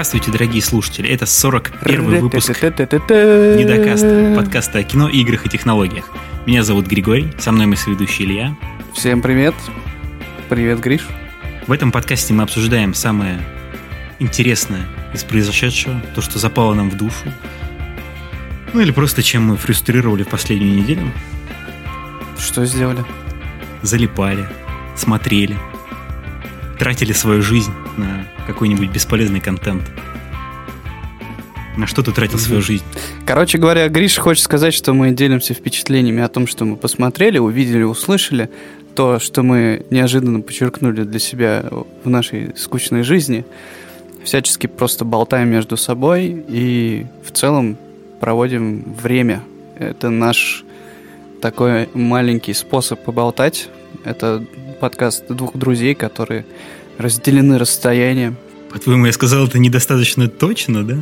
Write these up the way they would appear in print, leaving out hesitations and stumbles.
Здравствуйте, дорогие слушатели. Это 41-й выпуск Недокаста, подкаста о кино, играх и технологиях. Меня зовут Григорий, со мной мой соведущий Илья. Всем привет. Привет, Гриш. В этом подкасте мы обсуждаем самое интересное из произошедшего, то, что запало нам в душу. Ну или просто чем мы фрустрировали в последнюю неделю. Что сделали? Залипали, смотрели, тратили свою жизнь на какой-нибудь бесполезный контент. На что ты тратил свою жизнь? Короче говоря, Гриша хочет сказать, что мы делимся впечатлениями о том, что мы посмотрели, увидели, услышали. То, что мы неожиданно подчеркнули для себя в нашей скучной жизни. Всячески просто болтаем между собой и в целом проводим время. Это наш такой маленький способ поболтать. Это подкаст двух друзей, которые разделены расстоянием. По-твоему, я сказал это недостаточно точно, да?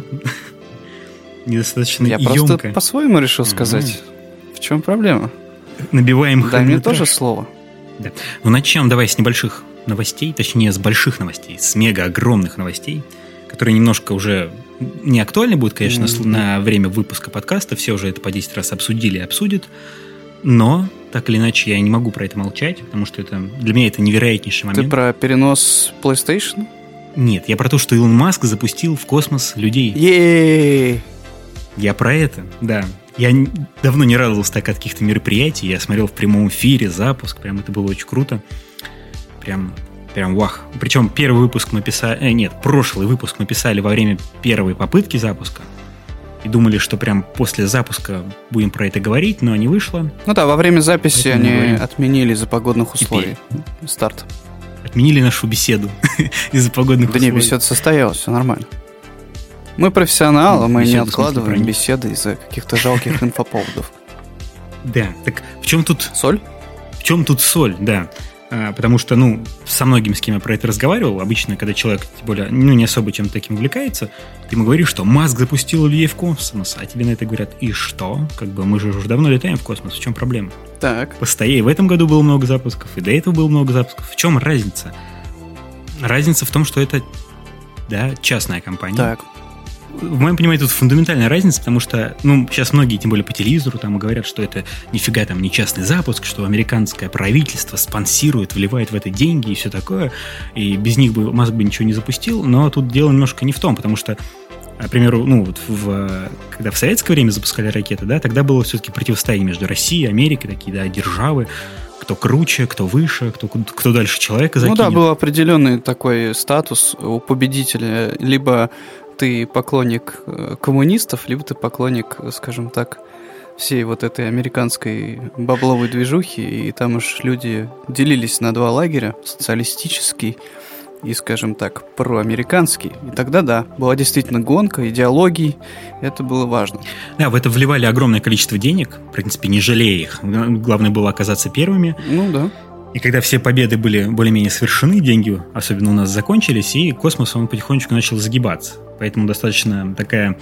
Недостаточно я емко. Я просто по-своему решил сказать. В чем проблема? Набиваем хронометраж. Дай мне тоже слово. Да. Ну, начнем давай с небольших новостей, точнее, с больших новостей, с мега-огромных новостей, которые немножко уже не актуальны будут, конечно, на время выпуска подкаста. Все уже это по 10 раз обсудили и обсудят. Но, так или иначе, я не могу про это молчать, потому что это для меня это невероятнейший момент. Ты про перенос PlayStation? Нет, я про то, что Илон Маск запустил в космос людей. Е-е-е! Я про это, да. Я давно не радовался так от каких-то мероприятий. Я смотрел в прямом эфире запуск. Прям это было очень круто. Прям вах. Причем первый выпуск мы писали... прошлый выпуск мы писали во время первой попытки запуска. И думали, что прям после запуска будем про это говорить, но не вышло. Ну да, во время записи они отменили из-за погодных условий старт. Отменили нашу беседу из-за погодных условий. Да не, беседа состоялась, все нормально. Мы профессионалы, мы не откладываем беседы из-за каких-то жалких инфоповодов. Да, так в чем тут... Соль? В чем тут соль, да. Потому что, со многими, с кем я про это разговаривал, обычно, когда человек, тем более, не особо чем-то таким увлекается, ты ему говоришь, что Маск запустил людей в космос, а тебе на это говорят, и что? Мы же уже давно летаем в космос, в чем проблема? Так. Постоянно. В этом году было много запусков, и до этого было много запусков. В чем разница? Разница в том, что это, частная компания. Так. В моем понимании тут фундаментальная разница, потому что, сейчас многие, тем более по телевизору, там и говорят, что это нифига там не частный запуск, что американское правительство спонсирует, вливает в это деньги и все такое, и без них бы Маск бы ничего не запустил, но тут дело немножко не в том, потому что, к примеру, когда в советское время запускали ракеты, тогда было все-таки противостояние между Россией, Америкой, такие, державы, кто круче, кто выше, кто дальше человека закинет. Был определенный такой статус у победителя, либо ты поклонник коммунистов, либо ты поклонник, скажем так, всей вот этой американской бабловой движухи, и там уж люди делились на два лагеря, социалистический и, скажем так, проамериканский. И тогда, была действительно гонка, идеологий, это было важно. Да, в это вливали огромное количество денег, в принципе, не жалея их. Главное было оказаться первыми. Да. И когда все победы были более-менее совершены, деньги, особенно у нас, закончились, и космос, он потихонечку начал загибаться. Поэтому достаточно такая,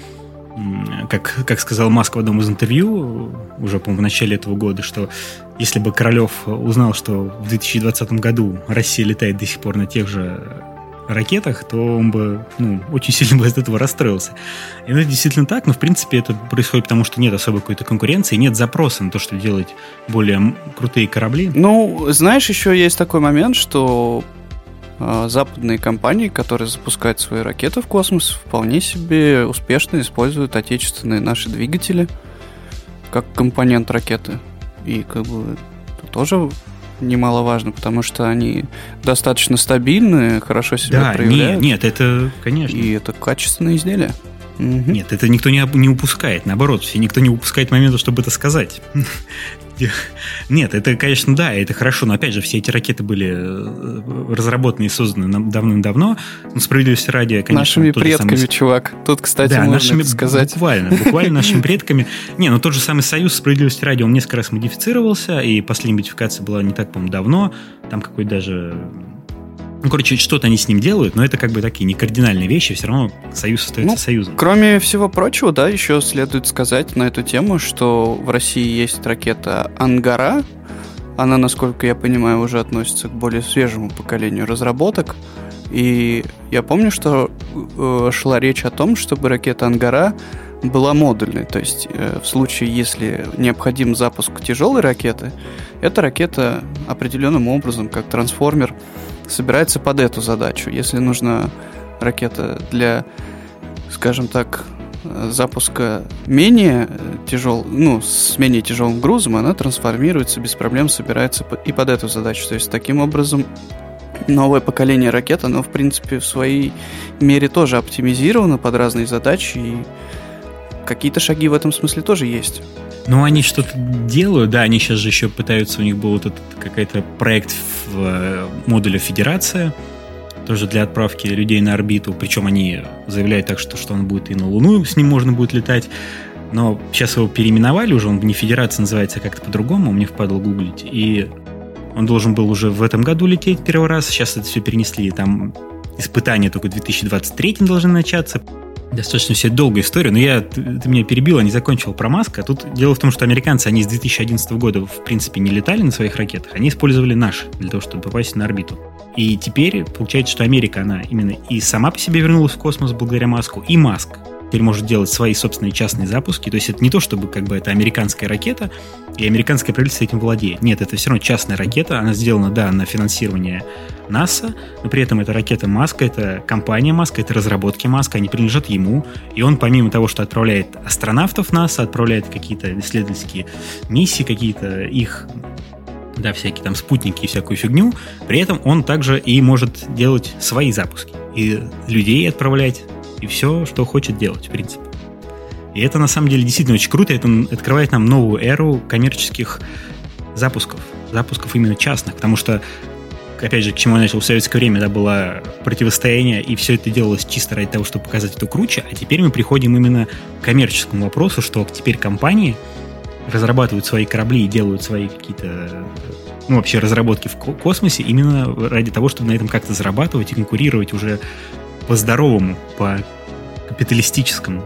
как сказал Маск в одном из интервью, уже, по-моему, в начале этого года, что если бы Королев узнал, что в 2020 году Россия летает до сих пор на тех же ракетах, то он бы очень сильно бы от этого расстроился. И это действительно так, но в принципе это происходит потому, что нет особой какой-то конкуренции, нет запроса на то, чтобы делать более крутые корабли. Знаешь, еще есть такой момент, что западные компании, которые запускают свои ракеты в космос, вполне себе успешно используют отечественные наши двигатели как компонент ракеты. И это тоже немаловажно, потому что они достаточно стабильны, хорошо себя проявляют. Нет, это, конечно. И это качественные изделия. Нет, это никто не упускает. Наоборот, никто не упускает момента, чтобы это сказать. Нет, это, конечно, это хорошо, но, опять же, все эти ракеты были разработаны и созданы давным-давно. Но справедливости ради, конечно... Нашими предками, чувак. Тут, кстати, можно это сказать. Буквально нашими предками. Тот же самый Союз, справедливости ради, он несколько раз модифицировался, и последняя модификация была не так, по-моему, давно. Там какой-то даже... что-то они с ним делают, но это такие не кардинальные вещи, все равно Союз остается союзом. Кроме всего прочего, еще следует сказать на эту тему, что в России есть ракета «Ангара». Она, насколько я понимаю, уже относится к более свежему поколению разработок. И я помню, что шла речь о том, чтобы ракета «Ангара» была модульной. То есть в случае, если необходим запуск тяжелой ракеты, эта ракета определенным образом, как трансформер, собирается под эту задачу. Если нужна ракета для, скажем так, запуска менее с менее тяжелым грузом, она трансформируется, без проблем собирается и под эту задачу. То есть таким образом новое поколение ракет, оно в принципе в своей мере тоже оптимизировано под разные задачи, и какие-то шаги в этом смысле тоже есть. Ну, они что-то делают, да, они сейчас же еще пытаются, у них был вот этот какой-то проект в модуле «Федерация», тоже для отправки людей на орбиту, причем они заявляют так, что он будет и на Луну, с ним можно будет летать, но сейчас его переименовали уже, он не «Федерация» называется, а как-то по-другому, мне впадло гуглить, и он должен был уже в этом году лететь первый раз, сейчас это все перенесли, там испытания только в 2023 должны начаться. Достаточно все долгая история, но ты меня перебил, не закончил про Маска. Тут дело в том, что американцы, они с 2011 года, в принципе, не летали на своих ракетах, они использовали наши для того, чтобы попасть на орбиту. И теперь получается, что Америка, она именно и сама по себе вернулась в космос благодаря Маску, и Маск теперь может делать свои собственные частные запуски. То есть это не то, чтобы как бы это американская ракета, и американское правительство этим владеет. Нет, это все равно частная ракета, она сделана, да, на финансирование НАСА, но при этом это ракета Маска, это компания Маска, это разработки Маска, они принадлежат ему, и он помимо того, что отправляет астронавтов НАСА, отправляет какие-то исследовательские миссии, какие-то их, да, всякие там спутники и всякую фигню, при этом он также и может делать свои запуски, и людей отправлять, и все, что хочет делать, в принципе. И это, на самом деле, действительно очень круто. Это открывает нам новую эру коммерческих запусков именно частных, потому что, опять же, к чему я начал в советское время, да, было противостояние, и все это делалось чисто ради того, чтобы показать, кто круче, а теперь мы приходим именно к коммерческому вопросу, что теперь компании разрабатывают свои корабли и делают свои какие-то, вообще разработки в космосе именно ради того, чтобы на этом как-то зарабатывать и конкурировать уже по-здоровому, по-капиталистическому.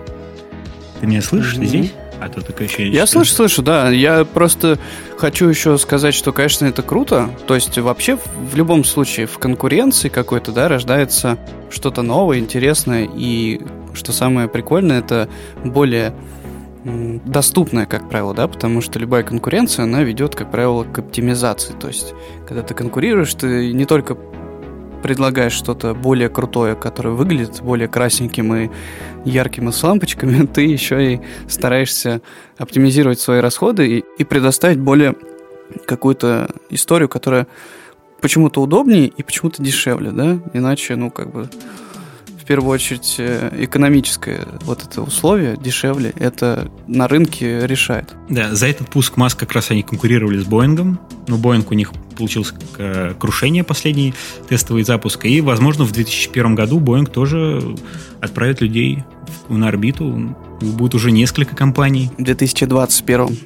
Ты меня слышишь? Ты здесь? А то только еще... Я слышу, да. Я просто хочу еще сказать, что, конечно, это круто. То есть вообще в любом случае в конкуренции какой-то, да, рождается что-то новое, интересное. И что самое прикольное, это более доступное, как правило, да, потому что любая конкуренция, она ведет, как правило, к оптимизации. То есть когда ты конкурируешь, ты не только предлагаешь что-то более крутое, которое выглядит более красненьким и ярким и с лампочками, ты еще и стараешься оптимизировать свои расходы и предоставить более какую-то историю, которая почему-то удобнее и почему-то дешевле, да? Иначе, в первую очередь, экономическое вот это условие дешевле, это на рынке решает. Да, за этот пуск Маск как раз они конкурировали с Боингом, но Боинг у них получилось крушение, последний тестовый запуск, и, возможно, в 2001 году Боинг тоже отправит людей на орбиту. Будет уже несколько компаний. В 2021. В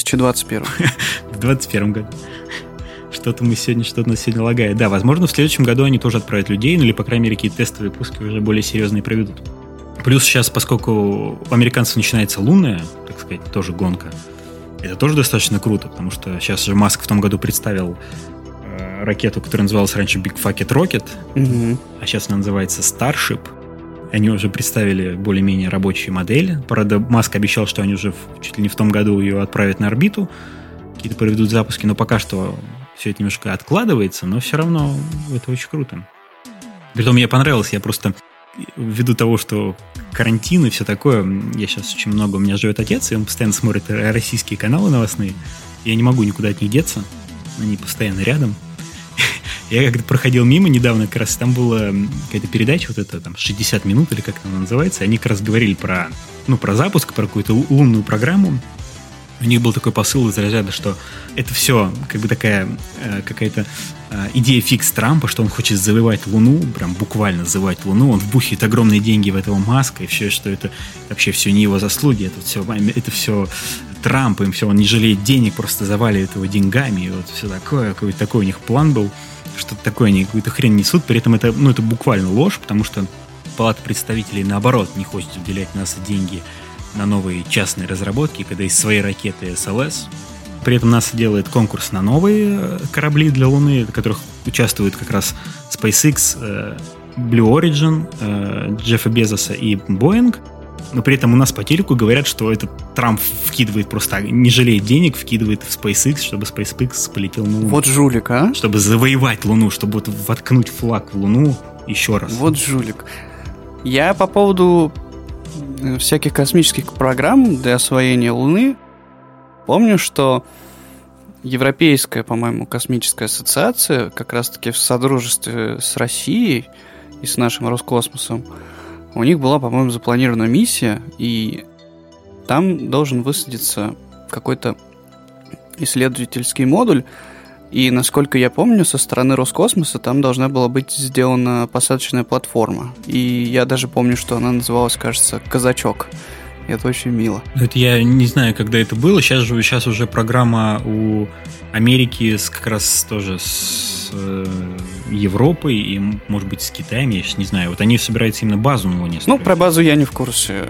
2021 году. Что-то нас сегодня лагает. Да, возможно, в следующем году они тоже отправят людей, или, по крайней мере, какие-то тестовые пуски уже более серьезные проведут. Плюс сейчас, поскольку у американцев начинается лунная, так сказать, тоже гонка, это тоже достаточно круто, потому что сейчас же Маск в том году представил ракету, которая называлась раньше Big Fucking Rocket, а сейчас она называется Starship. Они уже представили более-менее рабочие модели. Правда, Маск обещал, что они уже чуть ли не в том году ее отправят на орбиту, какие-то проведут запуски, но пока что все это немножко откладывается, но все равно это очень круто. Притом мне понравилось, я просто ввиду того, что карантин и все такое, я сейчас очень много, у меня живет отец, и он постоянно смотрит российские каналы новостные, я не могу никуда от них деться, они постоянно рядом. Я когда проходил мимо недавно, как раз там была какая-то передача, вот это там 60 минут, или как она называется, они как раз говорили про запуск, про какую-то лунную программу. У них был такой посыл из разряда, что это все как бы такая какая-то идея фикс Трампа, что он хочет завоевать Луну, прям буквально завоевать Луну, он вбухивает огромные деньги в этого Маска, и все, что это вообще все не его заслуги, это все Трамп, им все, он не жалеет денег, просто заваливает его деньгами, и вот все такое, какой-то такой у них план был, что-то такое, они какую-то хрень несут, при этом это буквально ложь, потому что Палата представителей, наоборот, не хочет уделять НАСА деньги на новые частные разработки, когда есть свои ракеты СЛС. При этом НАСА делает конкурс на новые корабли для Луны, в которых участвуют как раз SpaceX, Blue Origin, Джеффа Безоса и Boeing, но при этом у нас по телеку говорят, что этот Трамп вкидывает просто, не жалеет денег, вкидывает в SpaceX, чтобы SpaceX полетел на Луну. Вот жулик, а? Чтобы завоевать Луну, чтобы вот воткнуть флаг в Луну еще раз. Вот жулик. Я по поводу всяких космических программ для освоения Луны помню, что Европейская, по-моему, космическая ассоциация как раз-таки в содружестве с Россией и с нашим Роскосмосом, у них была, по-моему, запланирована миссия, и там должен высадиться какой-то исследовательский модуль, и, насколько я помню, со стороны Роскосмоса там должна была быть сделана посадочная платформа. И я даже помню, что она называлась, кажется, «Казачок». И это очень мило. Это я не знаю, когда это было. Сейчас уже программа у Америки как раз тоже с Европой и, может быть, с Китаем, я сейчас не знаю. Вот они собираются именно базу на Луне строить. Ну, про базу я не в курсе.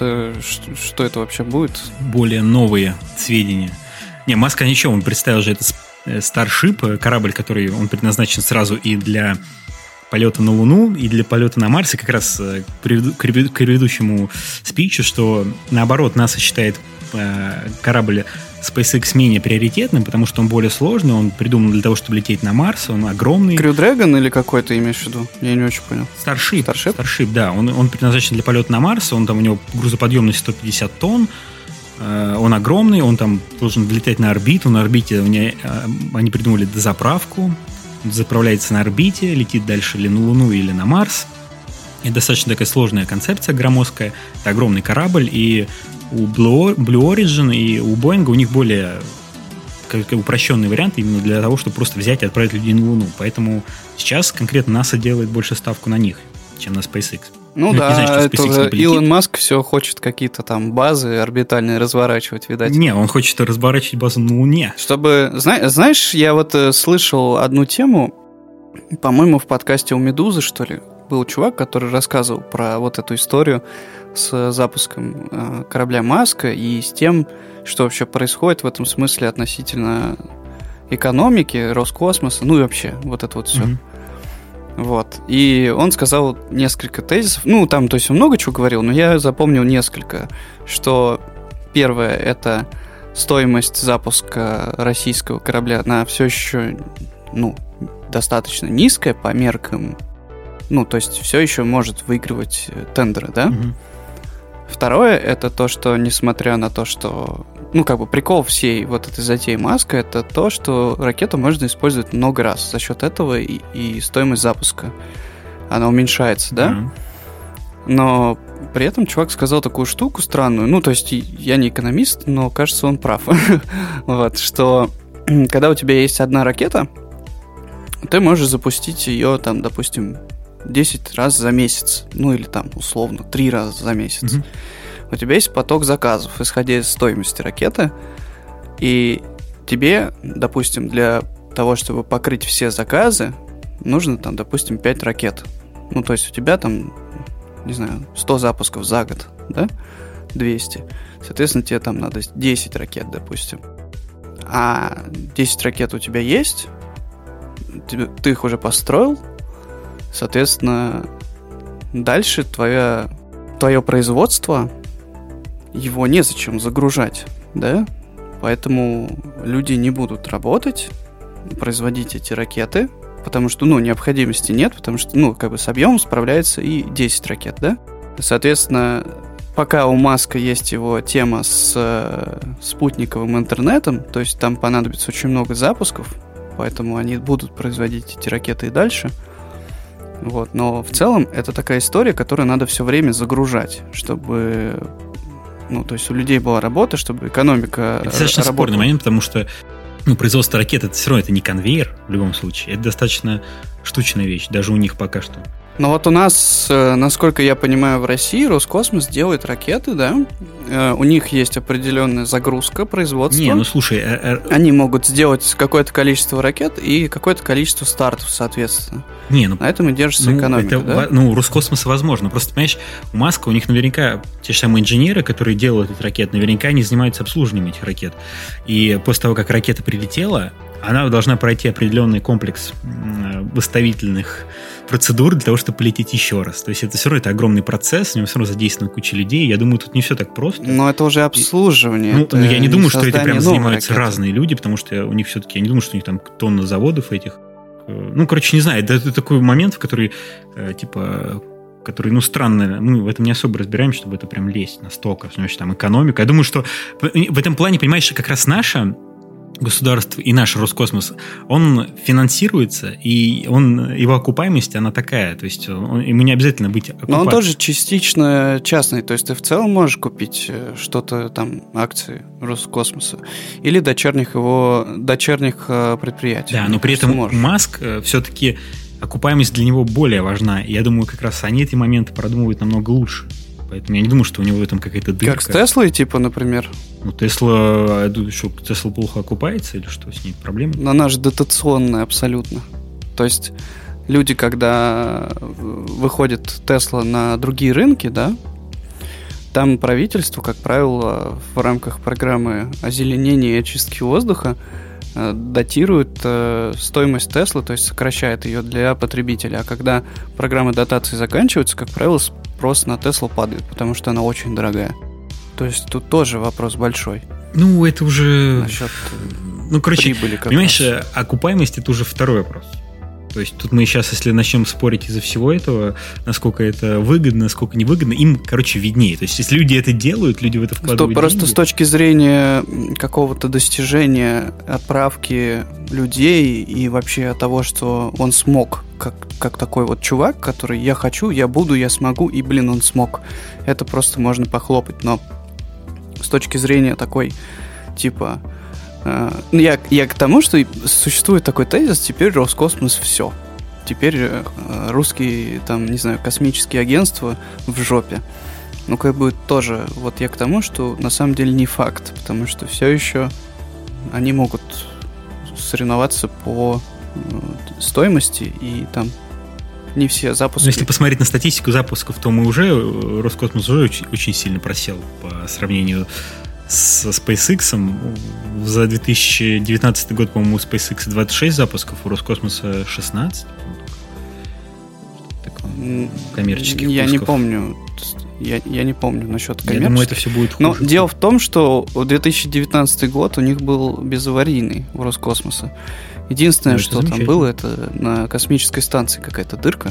Что это вообще будет? Более новые сведения. Не, Маск ничего, он представил же это Starship, корабль, который он предназначен сразу и для полета на Луну, и для полета на Марс, и как раз к предыдущему спичу, что наоборот, НАСА считает корабль SpaceX менее приоритетным, потому что он более сложный, он придуман для того, чтобы лететь на Марс, он огромный. Crew Dragon или какой ты имеешь в виду? Я не очень понял. Starship, да, он предназначен для полета на Марс, у него грузоподъемность 150 тонн, он огромный, он там должен влететь на орбиту. На орбите они придумали дозаправку. Заправляется на орбите, летит дальше или на Луну, или на Марс. И достаточно такая сложная концепция, громоздкая. Это огромный корабль. И у Blue Origin и у Boeing у них более упрощенный вариант именно для того, чтобы просто взять и отправить людей на Луну. Поэтому сейчас конкретно НАСА делает больше ставку на них, чем на SpaceX. Ну да, это Илон Маск все хочет какие-то там базы орбитальные разворачивать, видать. Не, он хочет разворачивать базу на Луне. Чтобы, знаешь, я вот слышал одну тему, по-моему, в подкасте у «Медузы», что ли, был чувак, который рассказывал про вот эту историю с запуском корабля Маска и с тем, что вообще происходит в этом смысле относительно экономики, Роскосмоса, ну и вообще вот это вот все. Mm-hmm. Вот. И он сказал несколько тезисов. Ну, там, то есть он много чего говорил, но я запомнил несколько. Что первое, это стоимость запуска российского корабля, она все еще, достаточно низкая по меркам. Ну, то есть все еще может выигрывать тендеры, да? Mm-hmm. Второе, это то, что несмотря на то, что... прикол всей вот этой затеи Маска, это то, что ракету можно использовать много раз. За счет этого и стоимость запуска, она уменьшается, да? Mm-hmm. Но при этом чувак сказал такую штуку странную. То есть я не экономист, но кажется, он прав. Вот, что когда у тебя есть одна ракета, ты можешь запустить ее, там, допустим, 10 раз за месяц. Или там, условно, 3 раза за месяц. Mm-hmm. У тебя есть поток заказов, исходя из стоимости ракеты, и тебе, допустим, для того, чтобы покрыть все заказы, нужно, там, допустим, 5 ракет. То есть у тебя там, не знаю, 100 запусков за год, да? 200. Соответственно, тебе там надо 10 ракет, допустим. А 10 ракет у тебя есть, ты их уже построил, соответственно, дальше твое производство, его незачем загружать, да? Поэтому люди не будут работать, производить эти ракеты, потому что, необходимости нет, потому что, с объемом справляется и 10 ракет, да? Соответственно, пока у Маска есть его тема с спутниковым интернетом, то есть там понадобится очень много запусков, поэтому они будут производить эти ракеты и дальше. Вот, но в целом это такая история, которую надо все время загружать, чтобы, то есть у людей была работа, чтобы экономика это достаточно работала. Спорный момент, потому что производство ракет это все равно это не конвейер в любом случае, это достаточно штучная вещь, даже у них пока что. Но вот у нас, насколько я понимаю, в России Роскосмос делает ракеты, да? У них есть определенная загрузка производства. Не, слушай... Они могут сделать какое-то количество ракет и какое-то количество стартов, соответственно. На этом и держится экономика, да? У Роскосмоса возможно. Просто, понимаешь, у Маска, у них наверняка те же самые инженеры, которые делают эти ракеты, наверняка они занимаются обслуживанием этих ракет. И после того, как ракета прилетела, она должна пройти определенный комплекс выставительных процедур для того, чтобы полететь еще раз. То есть это все равно это огромный процесс, у него все равно задействована куча людей. Я думаю, тут не все так просто. Но это уже обслуживание. Я не думаю, что это прям занимаются ракеты. разные люди, потому что у них все-таки, я не думаю, что у них там тонна заводов этих. Не знаю, это такой момент, в который, который, странно, мы в этом не особо разбираемся, чтобы это прям лезть настолько, значит, там экономика. Я думаю, что в этом плане, понимаешь, как раз наше государство и наш Роскосмос, он финансируется, и его окупаемость, она такая, то есть ему не обязательно быть окупацией. Но он тоже частично частный, то есть ты в целом можешь купить что-то там, акции Роскосмоса или дочерних предприятий. Да, но при этом Маск все-таки окупаемость для него более важна, и я думаю, как раз они эти моменты продумывают намного лучше. Поэтому я не думаю, что у него в этом какая-то дырка. Как с Теслой, например? Тесла плохо окупается или что, с ней проблемы? Она же дотационная абсолютно. То есть люди, когда выходит Тесла на другие рынки, да, там правительство, как правило, в рамках программы озеленения и очистки воздуха датирует стоимость Теслы, то есть сокращает ее для потребителя. А когда программы дотации заканчиваются, как правило, спрос на Теслу падает, потому что она очень дорогая. То есть тут тоже вопрос большой. Это уже... Насчет прибыли. Понимаешь, окупаемость — это уже второй вопрос. То есть тут мы сейчас, если начнем спорить из-за всего этого, насколько это выгодно, насколько невыгодно, им, виднее. То есть если люди это делают, люди в это вкладывают деньги. Просто с точки зрения какого-то достижения, отправки людей и вообще того, что он смог, как такой вот чувак, который я хочу, я буду, я смогу, и, он смог. Это просто можно похлопать. Но с точки зрения такой, я к тому, что существует такой тезис, теперь Роскосмос все. Теперь русские, космические агентства в жопе. Тоже, я к тому, что на самом деле не факт, потому что все еще они могут соревноваться по стоимости, и там не все запуски. Если посмотреть на статистику запусков, то Роскосмос уже очень сильно просел по сравнению со SpaceX. За 2019 год, по-моему, у SpaceX 26 запусков, у Роскосмоса 16. Коммерческих я пусков. Не помню. Я не помню насчет коммерческих. Я думаю, это все будет хуже. Но дело в том, что 2019 год у них был безаварийный у Роскосмоса. Единственное, что там было, это на космической станции какая-то дырка.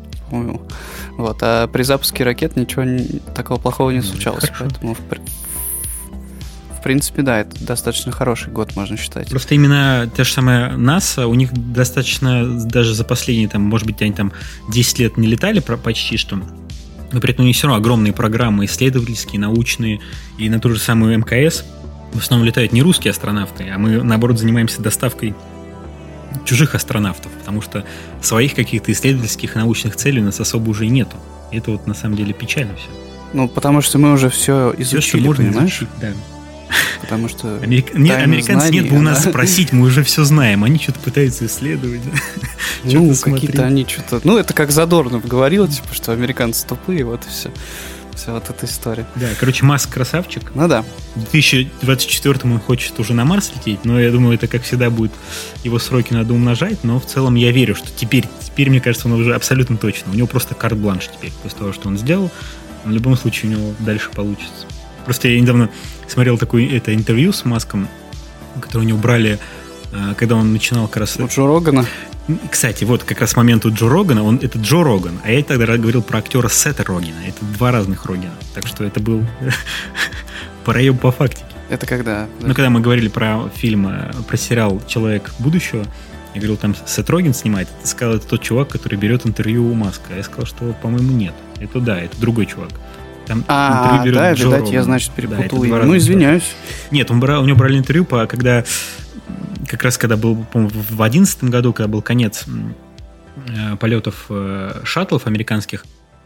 А при запуске ракет ничего такого плохого не случалось. Поэтому в принципе, да, это достаточно хороший год, можно считать. Просто именно та же самая НАСА, у них достаточно, даже за последние, может быть, они там 10 лет не летали почти что, но при этом у них все равно огромные программы исследовательские, научные, и на ту же самую МКС в основном летают не русские астронавты, а мы, наоборот, занимаемся доставкой чужих астронавтов, потому что своих каких-то исследовательских и научных целей у нас особо уже и нету. И это на самом деле печально все. Потому что мы уже все изучили, все, можно понимаешь? изучить, да. Потому что американцев нет бы у нас спросить, мы уже все знаем. Они что-то пытаются исследовать. Какие-то они что-то... это как Задорнов говорил, что американцы тупые, вот и все. Вся вот эта история. Да, Маск красавчик. Да. В 2024-м он хочет уже на Марс лететь, но я думаю, это, как всегда, будет его сроки надо умножать, но в целом я верю, что теперь мне кажется, он уже абсолютно точно. У него просто карт-бланш теперь, после того, что он сделал. В любом случае у него дальше получится. Просто я недавно смотрел такое интервью с Маском, которое у него брали, когда он начинал как раз... У Джо Рогана. Кстати, как раз момент у Джо Рогана, это Джо Роган, а я тогда говорил про актера Сета Рогена. Это два разных Рогена. Так что это был проеб по фактике. Это когда? Когда мы говорили про фильм, про сериал «Человек будущего», я говорил, там Сет Роген снимает. Ты сказал, это тот чувак, который берет интервью у Маска. Я сказал, что, по-моему, нет. Это другой чувак. Там видать, я, значит, перепутал. Да, извиняюсь. Нет, у него брали интервью, когда был, по-моему, в 2011 году, когда был конец полетов шаттлов американских,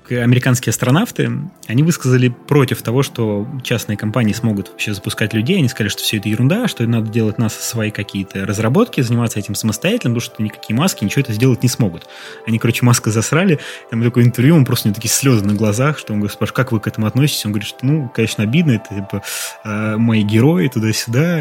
американские астронавты, они высказали против того, что частные компании смогут вообще запускать людей. Они сказали, что все это ерунда, что надо делать НАСА свои какие-то разработки, заниматься этим самостоятельно, потому что никакие Маски ничего это сделать не смогут. Они, короче, Маска засрали. Там такое интервью, он просто у него такие слезы на глазах, что он говорит, спрашивает, как вы к этому относитесь? Он говорит, что, ну, конечно, обидно, это типа мои герои туда-сюда.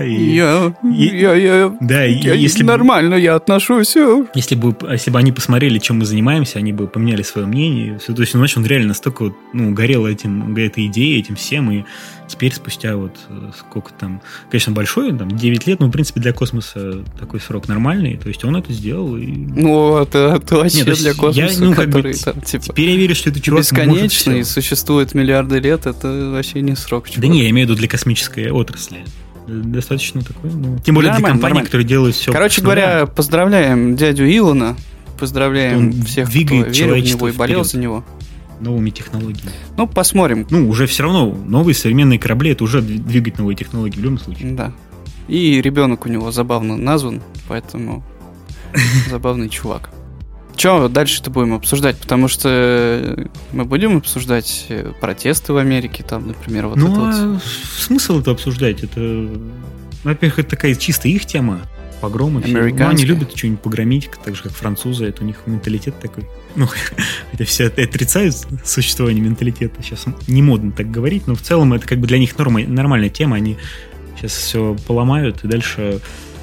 Если нормально, я отношусь. Если бы они посмотрели, чем мы занимаемся, они бы поменяли свое мнение. Все. То есть, он реально настолько вот, горел этой идеей, этим всем, и теперь спустя вот сколько там, конечно, большой, там, 9 лет, но, в принципе, для космоса такой срок нормальный, то есть он это сделал. И... Ну, это вообще для космоса, который там, типа, теперь я верю, что это чувак бесконечный, существует миллиарды лет, это вообще не срок. Чувак. Да не, я имею в виду для космической отрасли. Достаточно такой, тем более для компаний, которые делают все. Короче говоря, поздравляем дядю Илона, поздравляем всех, кто верил в него и болел за него. Новыми технологиями. Ну, посмотрим. Ну, уже все равно новые современные корабли — это уже двигать новые технологии в любом случае. Да. И ребенок у него забавно назван, поэтому забавный чувак. Что дальше-то будем обсуждать? Потому что мы будем обсуждать протесты в Америке, там, например, вот это вот. Смысл это обсуждать? Это, во-первых, это такая чисто их тема. Погромы. Они любят что-нибудь погромить, так же, как французы. Это у них менталитет такой. Ну, хотя все отрицают существование менталитета. Сейчас не модно так говорить, но в целом это как бы для них нормальная тема. Они сейчас все поломают и дальше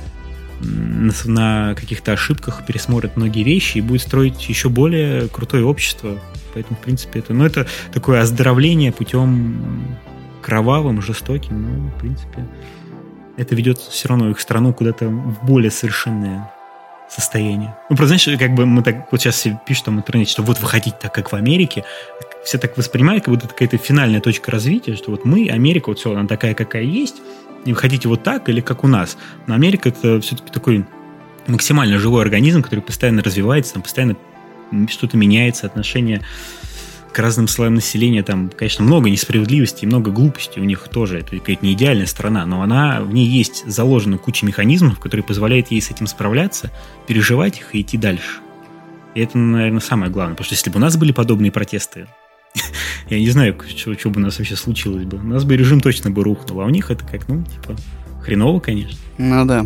на каких-то ошибках пересмотрят многие вещи и будет строить еще более крутое общество. Поэтому, в принципе, это такое оздоровление путем кровавым, жестоким. Ну, в принципе, это ведет все равно их страну куда-то в более совершенное состояние. Ну, просто, знаешь, как бы мы так вот сейчас все пишут там в интернете, что вот вы хотите так, как в Америке. Все так воспринимают, как будто это какая-то финальная точка развития, что вот мы, Америка, вот все, она такая, какая есть, и вы хотите вот так или как у нас. Но Америка — это все-таки такой максимально живой организм, который постоянно развивается, там постоянно что-то меняется, отношения к разным слоям населения. Там, конечно, много несправедливости и много глупости у них тоже. Это какая-то не идеальная страна, но в ней есть заложена куча механизмов, которые позволяют ей с этим справляться, переживать их и идти дальше. И это, наверное, самое главное. Потому что если бы у нас были подобные протесты, я не знаю, что бы у нас вообще случилось бы. У нас бы режим точно бы рухнул, а у них это как, хреново, конечно. Ну да.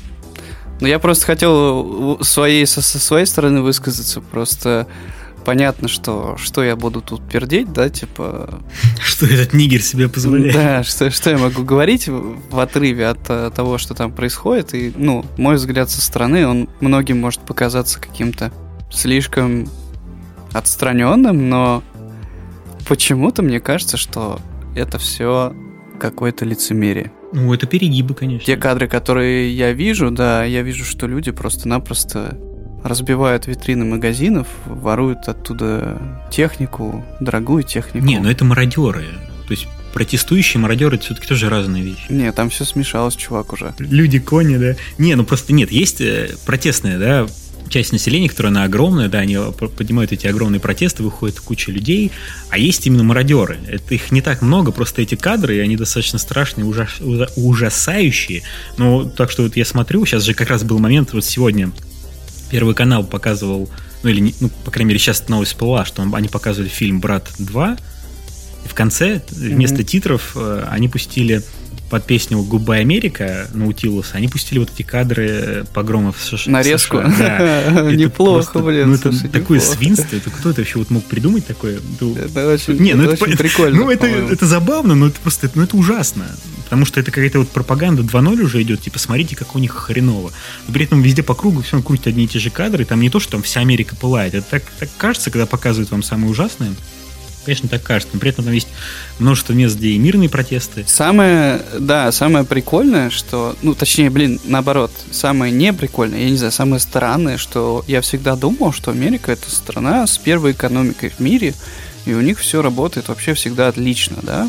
Ну я просто хотел со своей стороны высказаться. Просто понятно, что я буду тут пердеть, да, типа... Что этот нигер себе позволяет. Да, что я могу говорить в отрыве от того, что там происходит. И, мой взгляд со стороны, он многим может показаться каким-то слишком отстраненным, но почему-то мне кажется, что это все какое-то лицемерие. Ну, это перегибы, конечно. Те кадры, которые я вижу, да, я вижу, что люди просто-напросто разбивают витрины магазинов, воруют оттуда технику, дорогую технику. Не, это мародеры. То есть протестующие мародеры — это все-таки тоже разные вещи. Не, там все смешалось, чувак, уже. Люди-кони, да. Просто нет. Есть протестная, да, часть населения, которая она огромная, да, они поднимают эти огромные протесты, выходит куча людей, а есть именно мародеры. Это их не так много, просто эти кадры, они достаточно страшные, ужасающие. Но так что вот я смотрю, сейчас же как раз был момент, вот сегодня Первый канал показывал, по крайней мере, сейчас новость всплыла, что они показывали фильм «Брат 2», и в конце вместо титров они пустили под песню «Goodbye, Америка» Наутилуса, они пустили вот эти кадры погромов в США. Нарезку? Да. Неплохо, блин. Это такое свинство. Это кто это вообще мог придумать такое? Это очень прикольно. Это забавно, но это просто это ужасно. Потому что это какая-то вот пропаганда 2.0 уже идет. Типа, смотрите, как у них хреново. Но при этом везде по кругу все крутят одни и те же кадры. Там не то, что там вся Америка пылает. Это так кажется, когда показывают вам самое ужасное. Конечно, так кажется, но при этом там есть множество мест, где и мирные протесты. Самое прикольное, что... наоборот, самое неприкольное, я не знаю, самое странное, что я всегда думал, что Америка — это страна с первой экономикой в мире, и у них все работает вообще всегда отлично, да?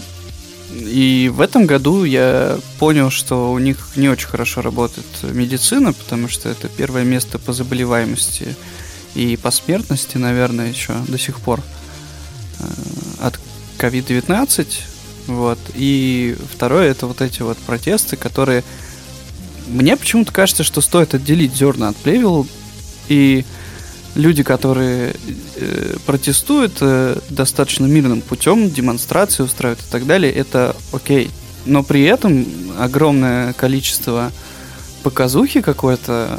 И в этом году я понял, что у них не очень хорошо работает медицина, потому что это первое место по заболеваемости и по смертности, наверное, еще до сих пор от COVID-19, вот, и второе — это вот эти вот протесты, которые... Мне почему-то кажется, что стоит отделить зерна от плевел, и люди, которые протестуют достаточно мирным путем, демонстрации устраивают и так далее, это окей. Но при этом огромное количество показухи какой-то,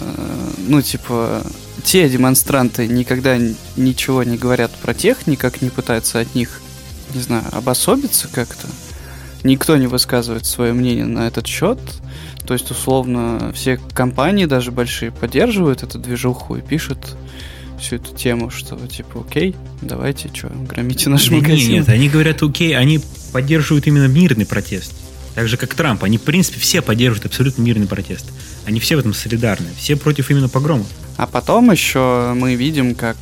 те демонстранты никогда ничего не говорят про тех, никак не пытаются от них, не знаю, обособиться как-то. Никто не высказывает свое мнение на этот счет. То есть, условно, все компании, даже большие, поддерживают эту движуху и пишут всю эту тему, что типа, окей, давайте, громите наш магазин. Нет, они говорят, окей, они поддерживают именно мирный протест. Так же, как Трамп. Они, в принципе, все поддерживают абсолютно мирный протест. Они все в этом солидарны. Все против именно погромов. А потом еще мы видим, как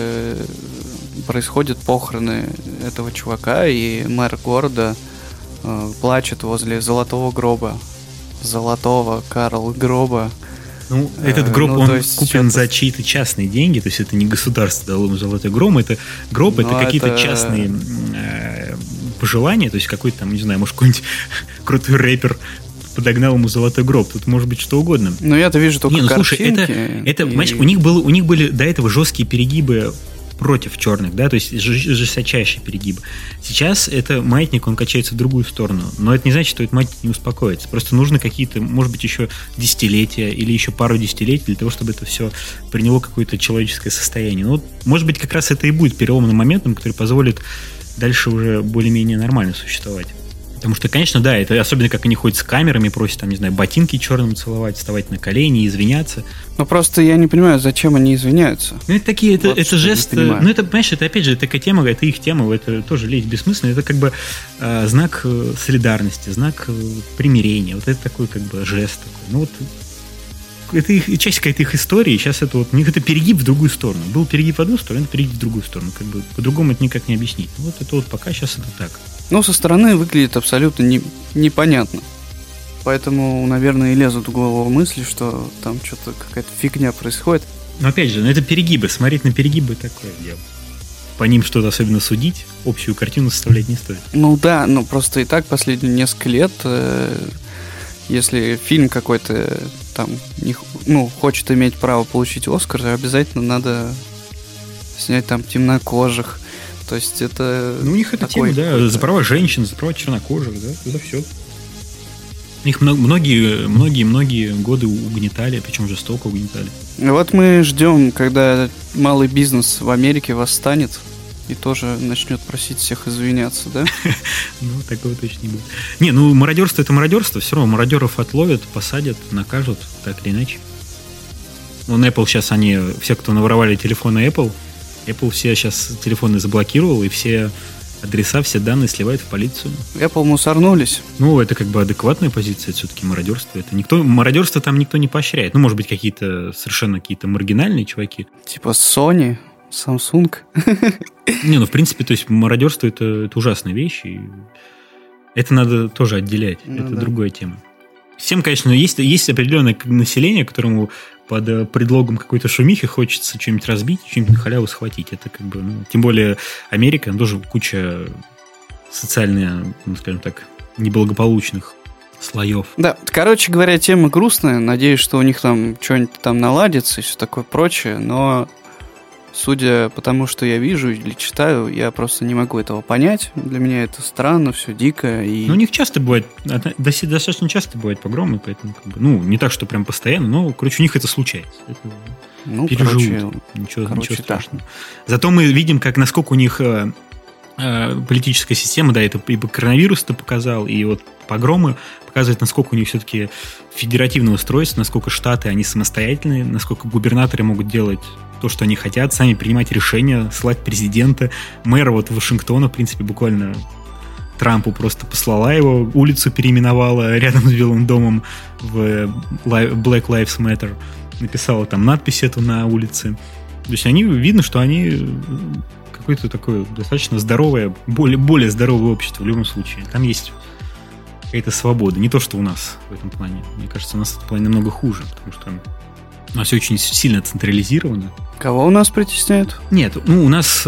происходят похороны этого чувака, и мэр города плачет возле золотого гроба. Золотого Карл гроба. Этот гроб, он куплен за чьи-то частные деньги, то есть это не государство дало ему золотой гроб, это какие-то частные пожелания, то есть какой-то там, не знаю, может, какой-нибудь крутой рэпер подогнал ему золотой гроб, тут может быть что угодно. Но я-то вижу только картинки. Это, понимаешь, у них были до этого жесткие перегибы против черных, да, то есть жесточайшие перегибы. Сейчас это маятник, он качается в другую сторону, но это не значит, что этот маятник не успокоится. Просто нужно какие-то, может быть, еще десятилетия или еще пару десятилетий для того, чтобы это все приняло какое-то человеческое состояние. Может быть, как раз это и будет переломным моментом, который позволит дальше уже более-менее нормально существовать. Потому что, конечно, да, это особенно как они ходят с камерами, просят, там, не знаю, ботинки черным целовать, вставать на колени, извиняться. Просто я не понимаю, зачем они извиняются. Это жест. Это, понимаешь, это опять же такая тема, это их тема, это тоже лезть бессмысленно. Это как бы знак солидарности, знак примирения. Вот это такой как бы жест такой. Это часть какая-то их истории. Сейчас это у них это перегиб в другую сторону. Был перегиб в одну сторону, это перегиб в другую сторону. Как бы по-другому это никак не объяснить. Это пока сейчас это так. Со стороны выглядит абсолютно непонятно. Поэтому, наверное, и лезут в голову мысли, что там что-то какая-то фигня происходит. Но опять же, это перегибы. Смотреть на перегибы такое дело. По ним что-то особенно судить, общую картину составлять не стоит. Просто и так последние несколько лет, если фильм какой-то там хочет иметь право получить Оскар, обязательно надо снять там темнокожих. То есть это... у них это тема, да, за права женщин, за права чернокожих, да, за все. Их многие годы угнетали, причем жестоко угнетали. Мы ждем, когда малый бизнес в Америке восстанет и тоже начнет просить всех извиняться, да? Такого точно не будет. Мародерство это мародерство, все равно мародеров отловят, посадят, накажут, так или иначе. Apple сейчас все, кто наворовали телефоны Apple все сейчас телефоны заблокировал, и все адреса, все данные сливают в полицию. Apple мусорнулись. Это как бы адекватная позиция, все-таки мародерство. Мародерство там никто не поощряет. Может быть, совершенно какие-то маргинальные чуваки. Типа Sony, Samsung. В принципе, то есть мародерство это ужасная вещь, и это надо тоже отделять. Это другая тема. Всем, конечно, есть определенное население, которому под предлогом какой-то шумихи хочется что-нибудь разбить, что-нибудь на халяву схватить. Это как бы, тем более Америка, тоже куча социально, скажем так, неблагополучных слоев. Да, короче говоря, тема грустная. Надеюсь, что у них там что-нибудь там наладится и все такое прочее, но судя по тому, что я вижу или читаю, я просто не могу этого понять. Для меня это странно, все дико. И... у них часто бывает, достаточно часто бывают погромы, поэтому не так, что прям постоянно, но, у них это случается. Это переживут. Ничего страшного. Да. Зато мы видим, насколько у них политическая система, да, это и коронавирус-то показал, и погромы показывают, насколько у них все-таки федеративное устройство, насколько штаты, они самостоятельные, насколько губернаторы могут делать то, что они хотят, сами принимать решения, слать президента. Мэра Вашингтона, в принципе, буквально Трампу просто послала его, улицу переименовала рядом с Белым домом в Black Lives Matter, написала там надпись эту на улице. То есть видно, что они какое-то такое достаточно здоровое, более здоровое общество в любом случае. Там есть какая-то свобода. Не то, что у нас в этом плане. Мне кажется, у нас в этом плане намного хуже, потому что у нас все очень сильно централизировано. Кого у нас притесняют? Нет, у нас...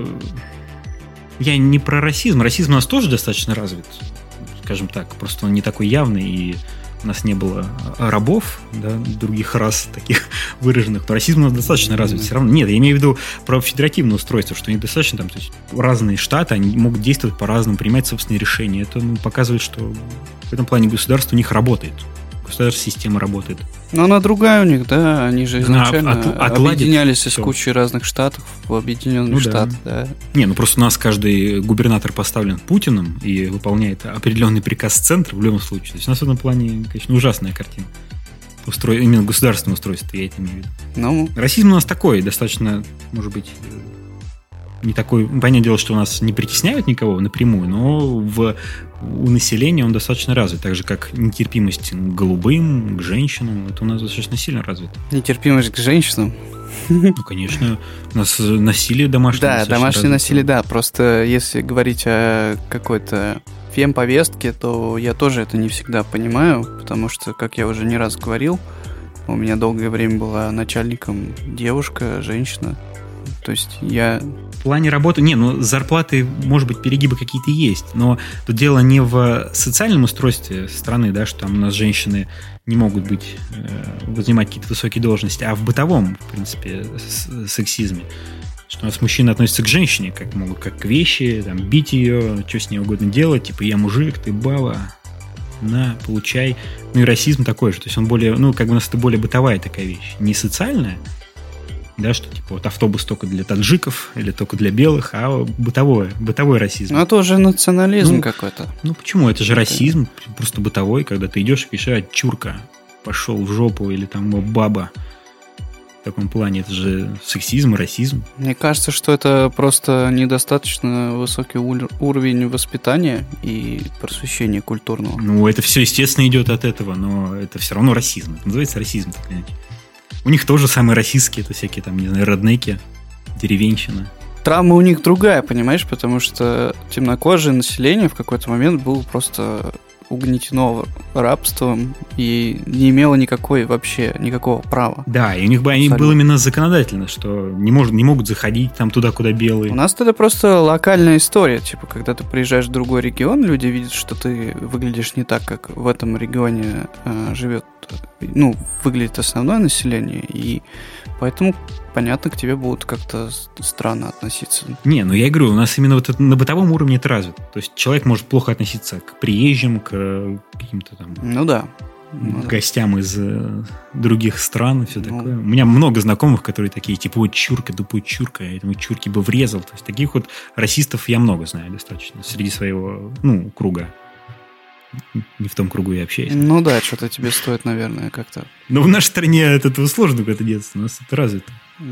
Я не про расизм. Расизм у нас тоже достаточно развит, скажем так. Просто он не такой явный, и у нас не было рабов, да, других рас таких выраженных, то расизм у нас достаточно развит все равно. Нет, я имею в виду про федеративное устройство, что они достаточно там, то есть разные штаты, они могут действовать по-разному, принимать собственные решения. Это показывает, что в этом плане государство у них работает. Государственная система работает. Но она другая у них, да? Они же изначально объединялись из всё. кучи разных штатов в объединенный штат, да. Не, просто у нас каждый губернатор поставлен Путиным и выполняет определенный приказ центра в любом случае. То есть у нас в этом плане, конечно, ужасная картина. Именно государственное устройство, я это имею в виду. Ну, расизм у нас такой, достаточно, может быть, не такой. Понятное дело, что у нас не притесняют никого напрямую, но у населения он достаточно развит, так же, как нетерпимость к голубым, к женщинам, это у нас достаточно сильно развито. Нетерпимость к женщинам? Ну, конечно, у нас насилие домашнее. Да, домашнее насилие, да, просто если говорить о какой-то фем-повестке, то я тоже это не всегда понимаю, потому что, как я уже не раз говорил, у меня долгое время была начальником девушка, женщина, то есть я... В плане работы, зарплаты, может быть, перегибы какие-то есть, но тут дело не в социальном устройстве страны, да, что там у нас женщины не могут занимать какие-то высокие должности, а в бытовом, в принципе, сексизме. Что у нас мужчины относятся к женщине, как к вещи, там, бить ее, что с ней угодно делать, типа я мужик, ты баба, на, получай. Ну и расизм такой же, то есть он более, у нас это более бытовая такая вещь, не социальная, да, что типа вот автобус только для таджиков или только для белых, а бытовой расизм. Ну, это уже национализм какой-то. Ну, почему? Это же расизм, просто бытовой, когда ты идешь и пишешь, чурка, пошел в жопу, или там баба. В таком плане это же сексизм и расизм. Мне кажется, что это просто недостаточно высокий уровень воспитания и просвещения культурного. Ну, это все, естественно, идет от этого, но это все равно расизм. Это называется расизм, так или иначе. У них тоже самые российские, это всякие там, не знаю, реднеки, деревенщина. Травма у них другая, понимаешь, потому что темнокожее население в какой-то момент было просто угнетено рабством и не имело никакого права. Да, и у них было именно законодательно, что не могут заходить там туда, куда белые. У нас это просто локальная история, типа, когда ты приезжаешь в другой регион, люди видят, что ты выглядишь не так, как в этом регионе выглядит основное население, и поэтому, понятно, к тебе будут как-то странно относиться. Не, я и говорю, у нас именно вот это, на бытовом уровне это развито. То есть человек может плохо относиться к приезжим, к каким-то там гостям из других стран и все такое. У меня много знакомых, которые такие, типа, вот чурка, тупой чурка, я этому чурке бы врезал. То есть таких вот расистов я много знаю достаточно среди своего, круга. Не в том кругу я общаюсь. Ну да, что-то тебе стоит, наверное, как-то... Но в нашей стране от этого сложно куда-то деться, у нас это развито.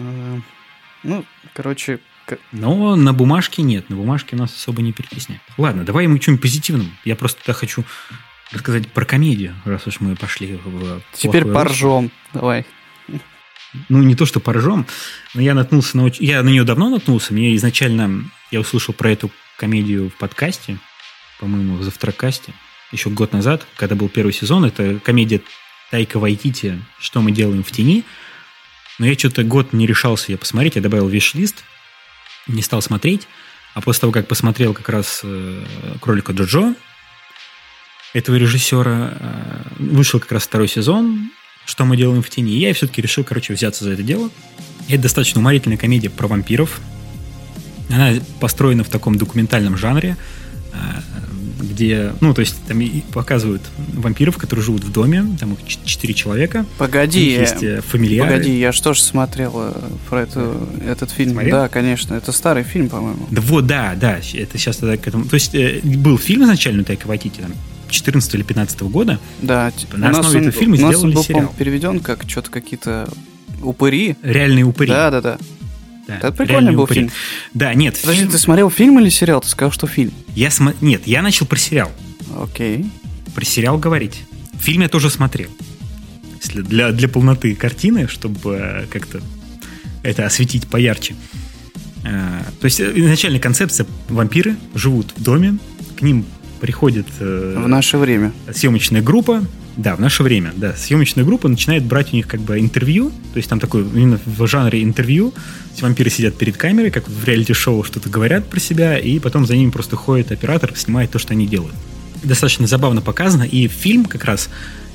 Но на бумажке нет, на бумажке у нас особо не перетесняют. Ладно, давай мы что-нибудь позитивным. Я просто хочу рассказать про комедию, раз уж мы пошли в... Теперь поржем, давай. Не то, что поржем, но я наткнулся я на нее давно наткнулся, мне изначально... Я услышал про эту комедию в подкасте, по-моему, в Завтракасте, еще год назад, когда был первый сезон. Это комедия Тайка Вайтити «Что мы делаем в тени». Но я что-то год не решался ее посмотреть. Я добавил виш-лист, не стал смотреть. А после того, как посмотрел как раз «Кролика Джоджо», этого режиссера, вышел как раз второй сезон «Что мы делаем в тени». И я все-таки решил, взяться за это дело. Это достаточно уморительная комедия про вампиров. Она построена в таком документальном жанре, где, то есть там показывают вампиров, которые живут в доме, там их 4 человека. Погоди, есть фамильяры. Погоди, я что ж смотрел про этот фильм. Смотрел? Да, конечно, это старый фильм, по-моему. Да, это сейчас тогда к этому... То есть был фильм изначально Тайка Вайтити, там, 14 или 15 года. Да, на основе этого фильма сделали сериал. У нас он был, переведен как что-то какие-то упыри. Реальные упыри. Да. Это прикольный был фильм. Да, нет. Подожди, ты смотрел фильм или сериал? Ты сказал, что фильм. Нет, я начал про сериал. Окей. Про сериал говорить. Фильм я тоже смотрел. Для полноты картины, чтобы как-то это осветить поярче. То есть изначальная концепция: вампиры живут в доме, к ним приходит... В наше время. Съемочная группа. Да, в наше время, да. Съемочная группа начинает брать у них интервью, то есть там такое, именно в жанре интервью. Эти вампиры сидят перед камерой, как в реалити-шоу, что-то говорят про себя, и потом за ними просто ходит оператор, снимает то, что они делают. Достаточно забавно показано, и фильм как раз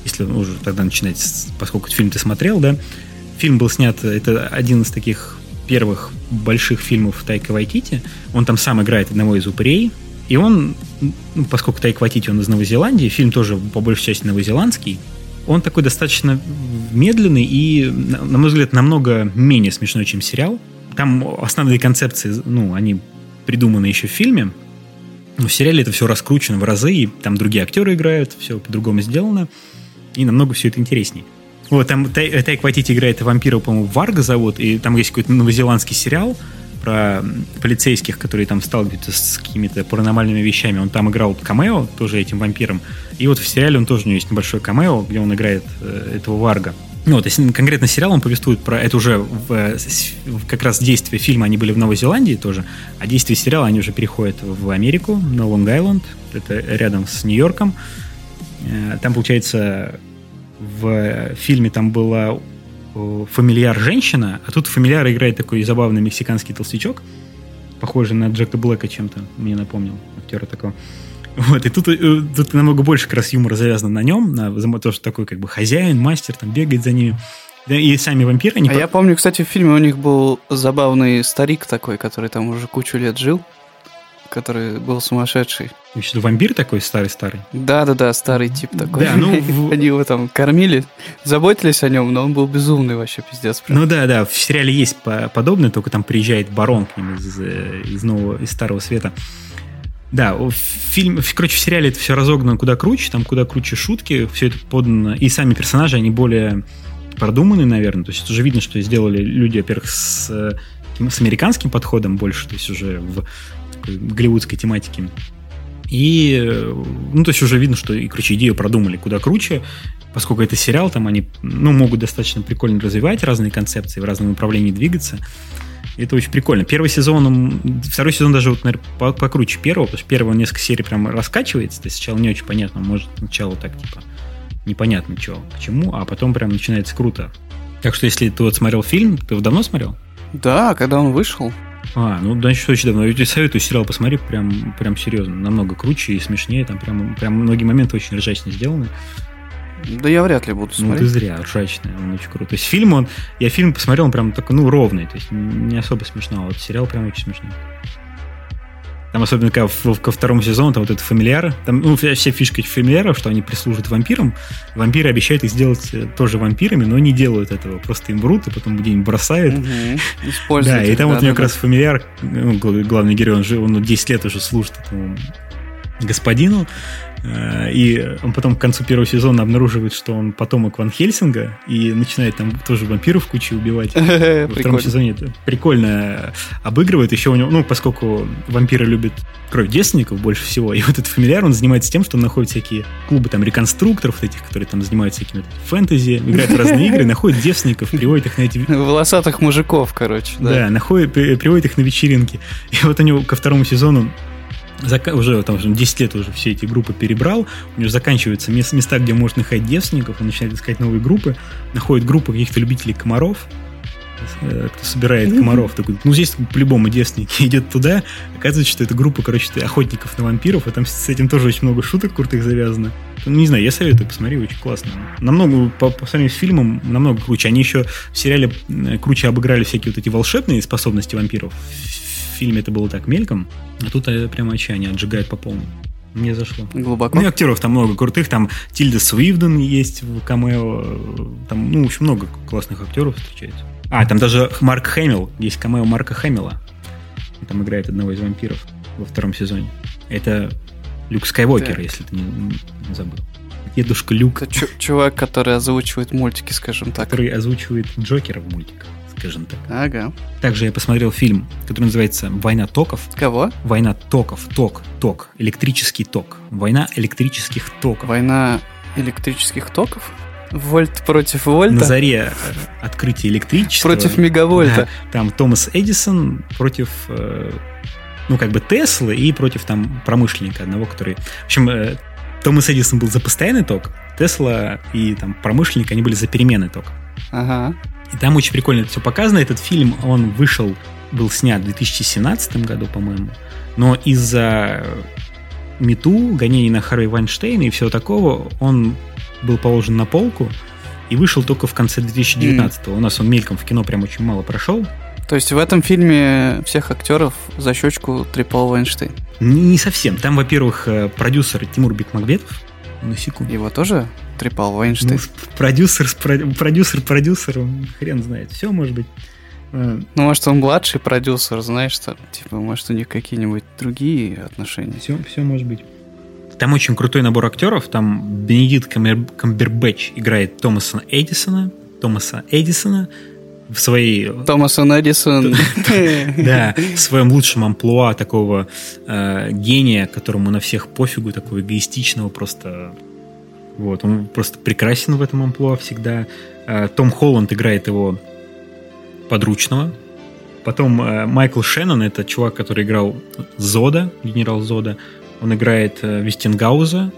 если уже тогда начинать, поскольку фильм ты смотрел, да, фильм был снят, это один из таких первых больших фильмов Тайка Вайтити, он там сам играет одного из упырей, и он, поскольку Тайка Вайтити, он из Новой Зеландии, фильм тоже по большей части новозеландский, он такой достаточно медленный и, на мой взгляд, намного менее смешной, чем сериал. Там основные концепции, они придуманы еще в фильме, но в сериале это все раскручено в разы, и там другие актеры играют, все по-другому сделано, и намного все это интересней. Вот, там Тайка Вайтити играет вампира, по-моему, Варга зовут, и там есть какой-то новозеландский сериал про полицейских, которые там сталкиваются с какими-то паранормальными вещами. Он там играл камео, тоже этим вампиром. И вот в сериале у него есть небольшое камео, где он играет этого Варга. Если конкретно сериал, он повествует про... Это уже как раз действия фильма, они были в Новой Зеландии тоже, а действия сериала, они уже переходят в Америку, на Лонг-Айленд. Это рядом с Нью-Йорком. Там, получается, в фильме там была фамильяр женщина, а тут фамильяр играет такой забавный мексиканский толстячок, похожий на Джека Блэка чем-то, мне напомнил актера такого. Вот, и тут намного больше как раз юмора завязано на нем, на то, что такой как бы хозяин, мастер, там бегает за ними. И сами вампиры... Я помню, кстати, в фильме у них был забавный старик такой, который там уже кучу лет жил, который был сумасшедший. Значит, вампир такой старый-старый? Да, старый тип такой. Да, Они его там кормили, заботились о нем, но он был безумный вообще, пиздец. Прям. Да, в сериале есть подобное, только там приезжает барон к ним из Старого Света. Да, в сериале это все разогнано куда круче, там куда круче шутки, все это подано, и сами персонажи, они более продуманы, наверное, то есть уже видно, что сделали люди, во-первых, с американским подходом больше, то есть уже в такой голливудской тематике. И, то есть уже видно, что, идею продумали куда круче, поскольку это сериал, там они, могут достаточно прикольно развивать разные концепции, в разном направлении двигаться. И это очень прикольно. Второй сезон даже, наверное, покруче первого, потому что первый он несколько серий прям раскачивается, то есть сначала не очень понятно, может, сначала так, непонятно, что, к чему, а потом прям начинается круто. Так что, если ты смотрел фильм, ты его давно смотрел? Да, когда он вышел. Значит, очень давно. Я тебе советую сериал посмотри, прям серьезно. Намного круче и смешнее. Там прям многие моменты очень ржачно сделаны. Да я вряд ли буду смотреть. Ты зря, ржачный, он очень крутой. То есть я фильм посмотрел, он прям такой, ровный, то есть не особо смешно, а вот сериал прям очень смешной. Там особенно ко второму сезону, там вот этот фамильяр, там, вся фишка фамильяров, что они прислуживают вампирам, вампиры обещают их сделать тоже вампирами, но не делают этого, просто им врут, и потом где-нибудь бросают. Используют. Да, и там вот у него как раз фамильяр, главный герой, он 10 лет уже служит этому господину, и он потом к концу первого сезона обнаруживает, что он потомок Ван Хельсинга, и начинает там тоже вампиров кучей убивать. Во втором сезоне это прикольно обыгрывает. Еще у него, поскольку вампиры любят кровь девственников больше всего, и вот этот фамильяр, он занимается тем, что он находит всякие клубы там реконструкторов, этих, которые там занимаются всякими фэнтези, играют в разные игры, находит девственников, приводит их на эти... Волосатых мужиков, короче. Да, приводит их на вечеринки. И вот у него ко второму сезону уже там 10 лет уже все эти группы перебрал, у него заканчиваются места, где можно находить девственников, он начинает искать новые группы, находит группу каких-то любителей комаров, кто собирает комаров, такой, здесь по-любому девственники, идет туда, оказывается, что это группа, охотников на вампиров, а там с этим тоже очень много шуток крутых завязано. Не знаю, я советую, посмотри, очень классно. Намного, по сравнению с фильмом, намного круче. Они еще в сериале круче обыграли всякие вот эти волшебные способности вампиров. В фильме это было так мельком, а тут прямо они отжигают по полной. Мне зашло. Глубоко. И актеров там много крутых, там Тильда Суивден есть в камео, там, очень много классных актеров встречается. Там даже Марк Хэмилл, есть камео Марка Хэмилла, он там играет одного из вампиров во втором сезоне. Это Люк Скайуокер, если ты не забыл. Дедушка Люк. Это чувак, который озвучивает мультики, скажем так. Который озвучивает Джокера в мультиках. Скажем так. Ага. Также я посмотрел фильм, который называется «Война токов». Кого? «Война токов». Ток. Электрический ток. «Война электрических токов». «Война электрических токов»? Вольт против вольта? На заре открытия электричества. Против мегавольта. Да, там Томас Эдисон против, Теслы и против там промышленника одного, который... В общем, Томас Эдисон был за постоянный ток, Тесла и там промышленник, они были за переменный ток. Ага. И там очень прикольно это все показано. Этот фильм, он был снят в 2017 году, по-моему. Но из-за МИТУ, гонений на Харви Вайнштейна и всего такого, он был положен на полку и вышел только в конце 2019-го. У нас он мельком в кино прям очень мало прошел. То есть в этом фильме всех актеров за щечку трепал Вайнштейн? Не совсем. Там, во-первых, продюсер Тимур Бекмамбетов. На секунду. Его тоже трепал Вайнштейн? Продюсер продюсером, хрен знает. Все может быть. Ну, может, он младший продюсер, знаешь, что, типа, может, у них какие-нибудь другие отношения. Все может быть. Там очень крутой набор актеров. Там Бенедикт Камбербэтч играет Томаса Эдисона в своей... Томас Эдисон. Да, в своем лучшем амплуа такого гения, которому на всех пофигу, такого эгоистичного просто... Вот, он просто прекрасен в этом амплуа всегда. Том Холланд играет его подручного. Потом Майкл Шеннон, это чувак, который играл Зода, генерал Зода. Он играет Вестингаузера.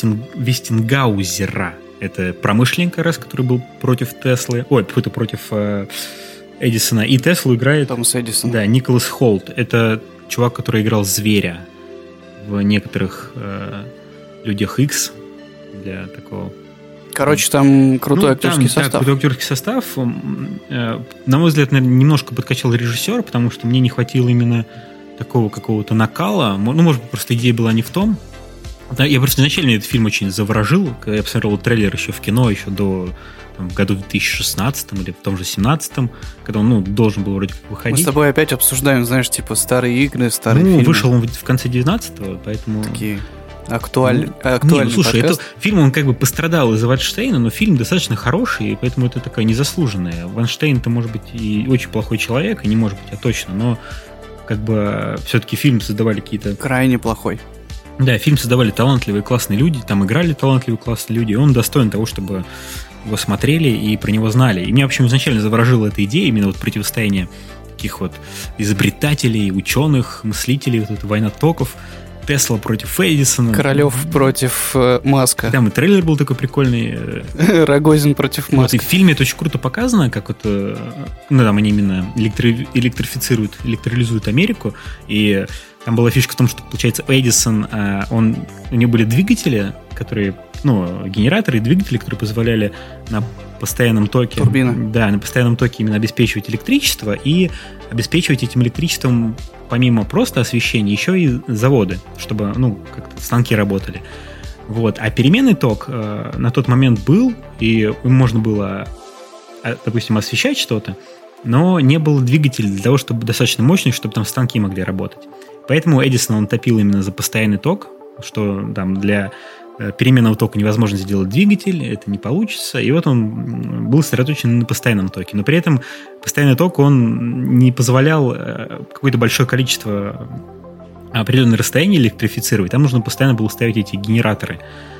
Это промышленник, раз, который был против Теслы. Ой, против Эдисона. И Теслу играет... Томас Эдисон. Да, Николас Холт. Это чувак, который играл Зверя в некоторых Людях Икс. Для такого... Короче, там крутой актерский состав. Да, крутой актерский состав. На мой взгляд, наверное, немножко подкачал режиссер, потому что мне не хватило именно такого какого-то накала. Ну, может быть, просто идея была не в том. Я просто изначально этот фильм очень заворожил, когда я посмотрел трейлер еще в кино, еще до в году 2016 или в том же 2017, когда он должен был вроде как выходить. Мы с тобой опять обсуждаем, знаешь, типа старые игры, старые фильмы. Вышел он в конце 19-го, поэтому... Такие актуальные слушай, это фильм, он как бы пострадал из-за Вайнштейна, но фильм достаточно хороший, и поэтому это такая незаслуженная. Вайнштейн-то, может быть, и очень плохой человек, и не может быть, а точно, но как бы все-таки фильм создавали какие-то... Крайне плохой. Да, фильм создавали талантливые, классные люди, там играли талантливые, классные люди, и он достоин того, чтобы его смотрели и про него знали. И меня, в общем, изначально заворожила эта идея, именно вот противостояние таких вот изобретателей, ученых, мыслителей, вот эта война токов, Тесла против Эдисона. Королев против Маска. Там и трейлер был такой прикольный. Рогозин против Маска. Вот, и в фильме это очень круто показано, как вот, там они именно электролизуют Америку, и там была фишка в том, что, получается, Эдисон, у него были двигатели, которые, генераторы и двигатели, которые позволяли на постоянном токе... Турбина. Да, на постоянном токе именно обеспечивать электричество и обеспечивать этим электричеством помимо просто освещения еще и заводы, чтобы, как-то станки работали. Вот. А переменный ток на тот момент был, и можно было, допустим, освещать что-то, но не было двигателя для того, чтобы достаточно мощный, чтобы там станки могли работать. Поэтому Эдисон, он топил именно за постоянный ток, что там для переменного тока невозможно сделать двигатель, это не получится. И вот он был сосредоточен на постоянном токе. Но при этом постоянный ток, он не позволял какое-то большое количество определенное расстояние электрифицировать. Там нужно постоянно было ставить эти генераторы.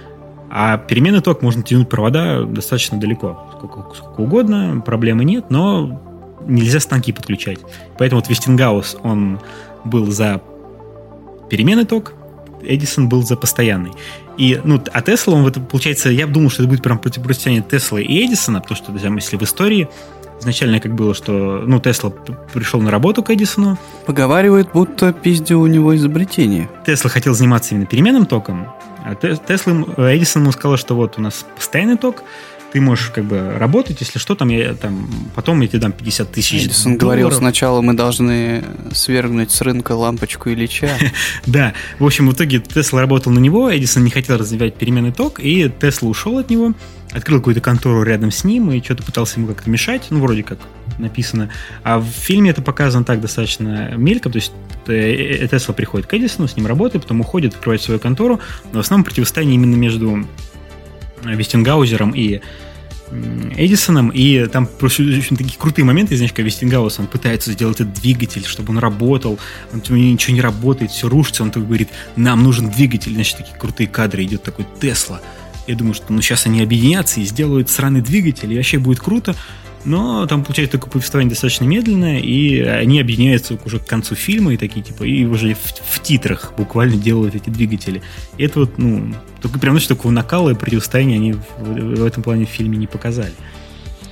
А переменный ток можно тянуть провода достаточно далеко. Сколько угодно, проблемы нет, но нельзя станки подключать. Поэтому вот Вестингаус, он был за переменный ток, Эдисон был за постоянный. И, а Тесла, он, получается, я думал, что это будет прям противостояние Теслы и Эдисона, потому что, если в истории изначально как было, что, Тесла пришел на работу к Эдисону. Поговаривают, будто пиздил у него изобретение. Тесла хотел заниматься именно переменным током, а Эдисон ему сказал, что вот у нас постоянный ток, ты можешь как бы работать, если что, потом я тебе дам 50 тысяч Эдисон говорил, сначала мы должны свергнуть с рынка лампочку Ильича. Да, в общем, в итоге Тесла работал на него, Эдисон не хотел развивать переменный ток, и Тесла ушел от него, открыл какую-то контору рядом с ним и что-то пытался ему как-то мешать, вроде как написано. А в фильме это показано так достаточно мельком, то есть Тесла приходит к Эдисону, с ним работает, потом уходит, открывает свою контору, но в основном противостояние именно между Вестингаузером и Эдисоном, и там просто очень такие крутые моменты, знаешь, когда Вестингаус, он пытается сделать этот двигатель, чтобы он работал, у него ничего не работает, все рушится, он так говорит, нам нужен двигатель, значит, такие крутые кадры, идет такой Тесла. Я думаю, что сейчас они объединятся и сделают сраный двигатель, и вообще будет круто. Но там получается такое повествование достаточно медленное, и они объединяются уже к концу фильма, и такие, и уже в титрах буквально делают эти двигатели. И это вот, только прям, такого накала и противостояния они в этом плане в фильме не показали.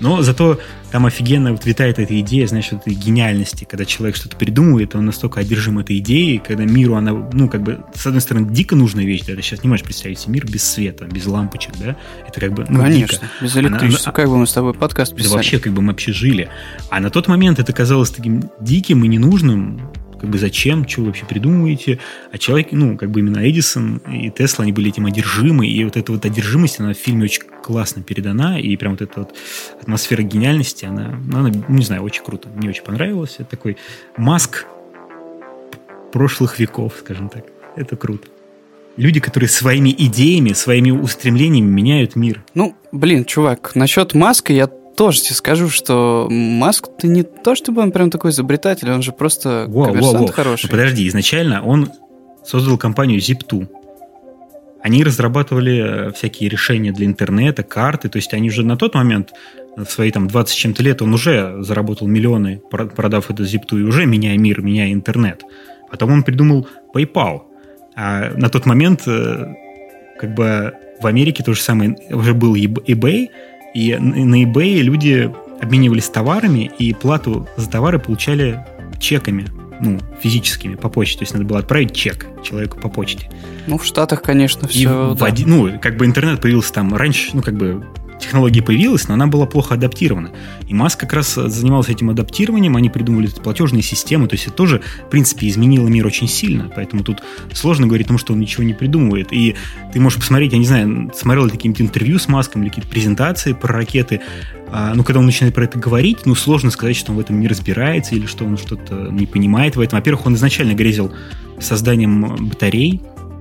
Но зато там офигенно вот витает эта идея, знаешь, этой гениальности, когда человек что-то придумывает, он настолько одержим этой идеей, когда миру она, ну, как бы, с одной стороны, дико нужная вещь, да, ты сейчас не можешь представить себе мир без света, без лампочек, да, это как бы, ну, конечно, дико. Без электричества, как бы мы с тобой подкаст писали. Да вообще, как бы мы вообще жили. А на тот момент это казалось таким диким и ненужным, как бы зачем, что вы вообще придумываете, а человек, ну, как бы именно Эдисон и Тесла, они были этим одержимы, и вот эта вот одержимость, она в фильме очень классно передана, и прям вот эта вот атмосфера гениальности, она, не знаю, очень круто, мне очень понравилось, это такой Маск прошлых веков, скажем так, это круто. Люди, которые своими идеями, своими устремлениями меняют мир. Ну, блин, чувак, насчет Маска я тоже тебе скажу, что Маск-то не то, чтобы он прям такой изобретатель, он же просто коммерсант хороший. Ну, подожди, изначально он создал компанию Zip2. Они разрабатывали всякие решения для интернета, карты, то есть они уже на тот момент, в свои там 20 с чем-то лет, он уже заработал миллионы, продав это Zip2, и уже меняя мир, меняя интернет. Потом он придумал PayPal. А на тот момент как бы в Америке то же самое уже был eBay, и на eBay люди обменивались товарами, и плату за товары получали чеками, ну, физическими, по почте. То есть надо было отправить чек человеку по почте. Ну, в Штатах, конечно, все... Ну, как бы интернет появился там раньше, ну, как бы технология появилась, но она была плохо адаптирована. И Маск как раз занимался этим адаптированием, они придумали платежные системы, то есть это тоже, в принципе, изменило мир очень сильно, поэтому тут сложно говорить о том, что он ничего не придумывает. И ты можешь посмотреть, я не знаю, смотрел ли ты какие-нибудь интервью с Маском или какие-то презентации про ракеты, ну, когда он начинает про это говорить, ну, сложно сказать, что он в этом не разбирается или что он что-то не понимает в этом. Во-первых, он изначально грезил созданием батарей,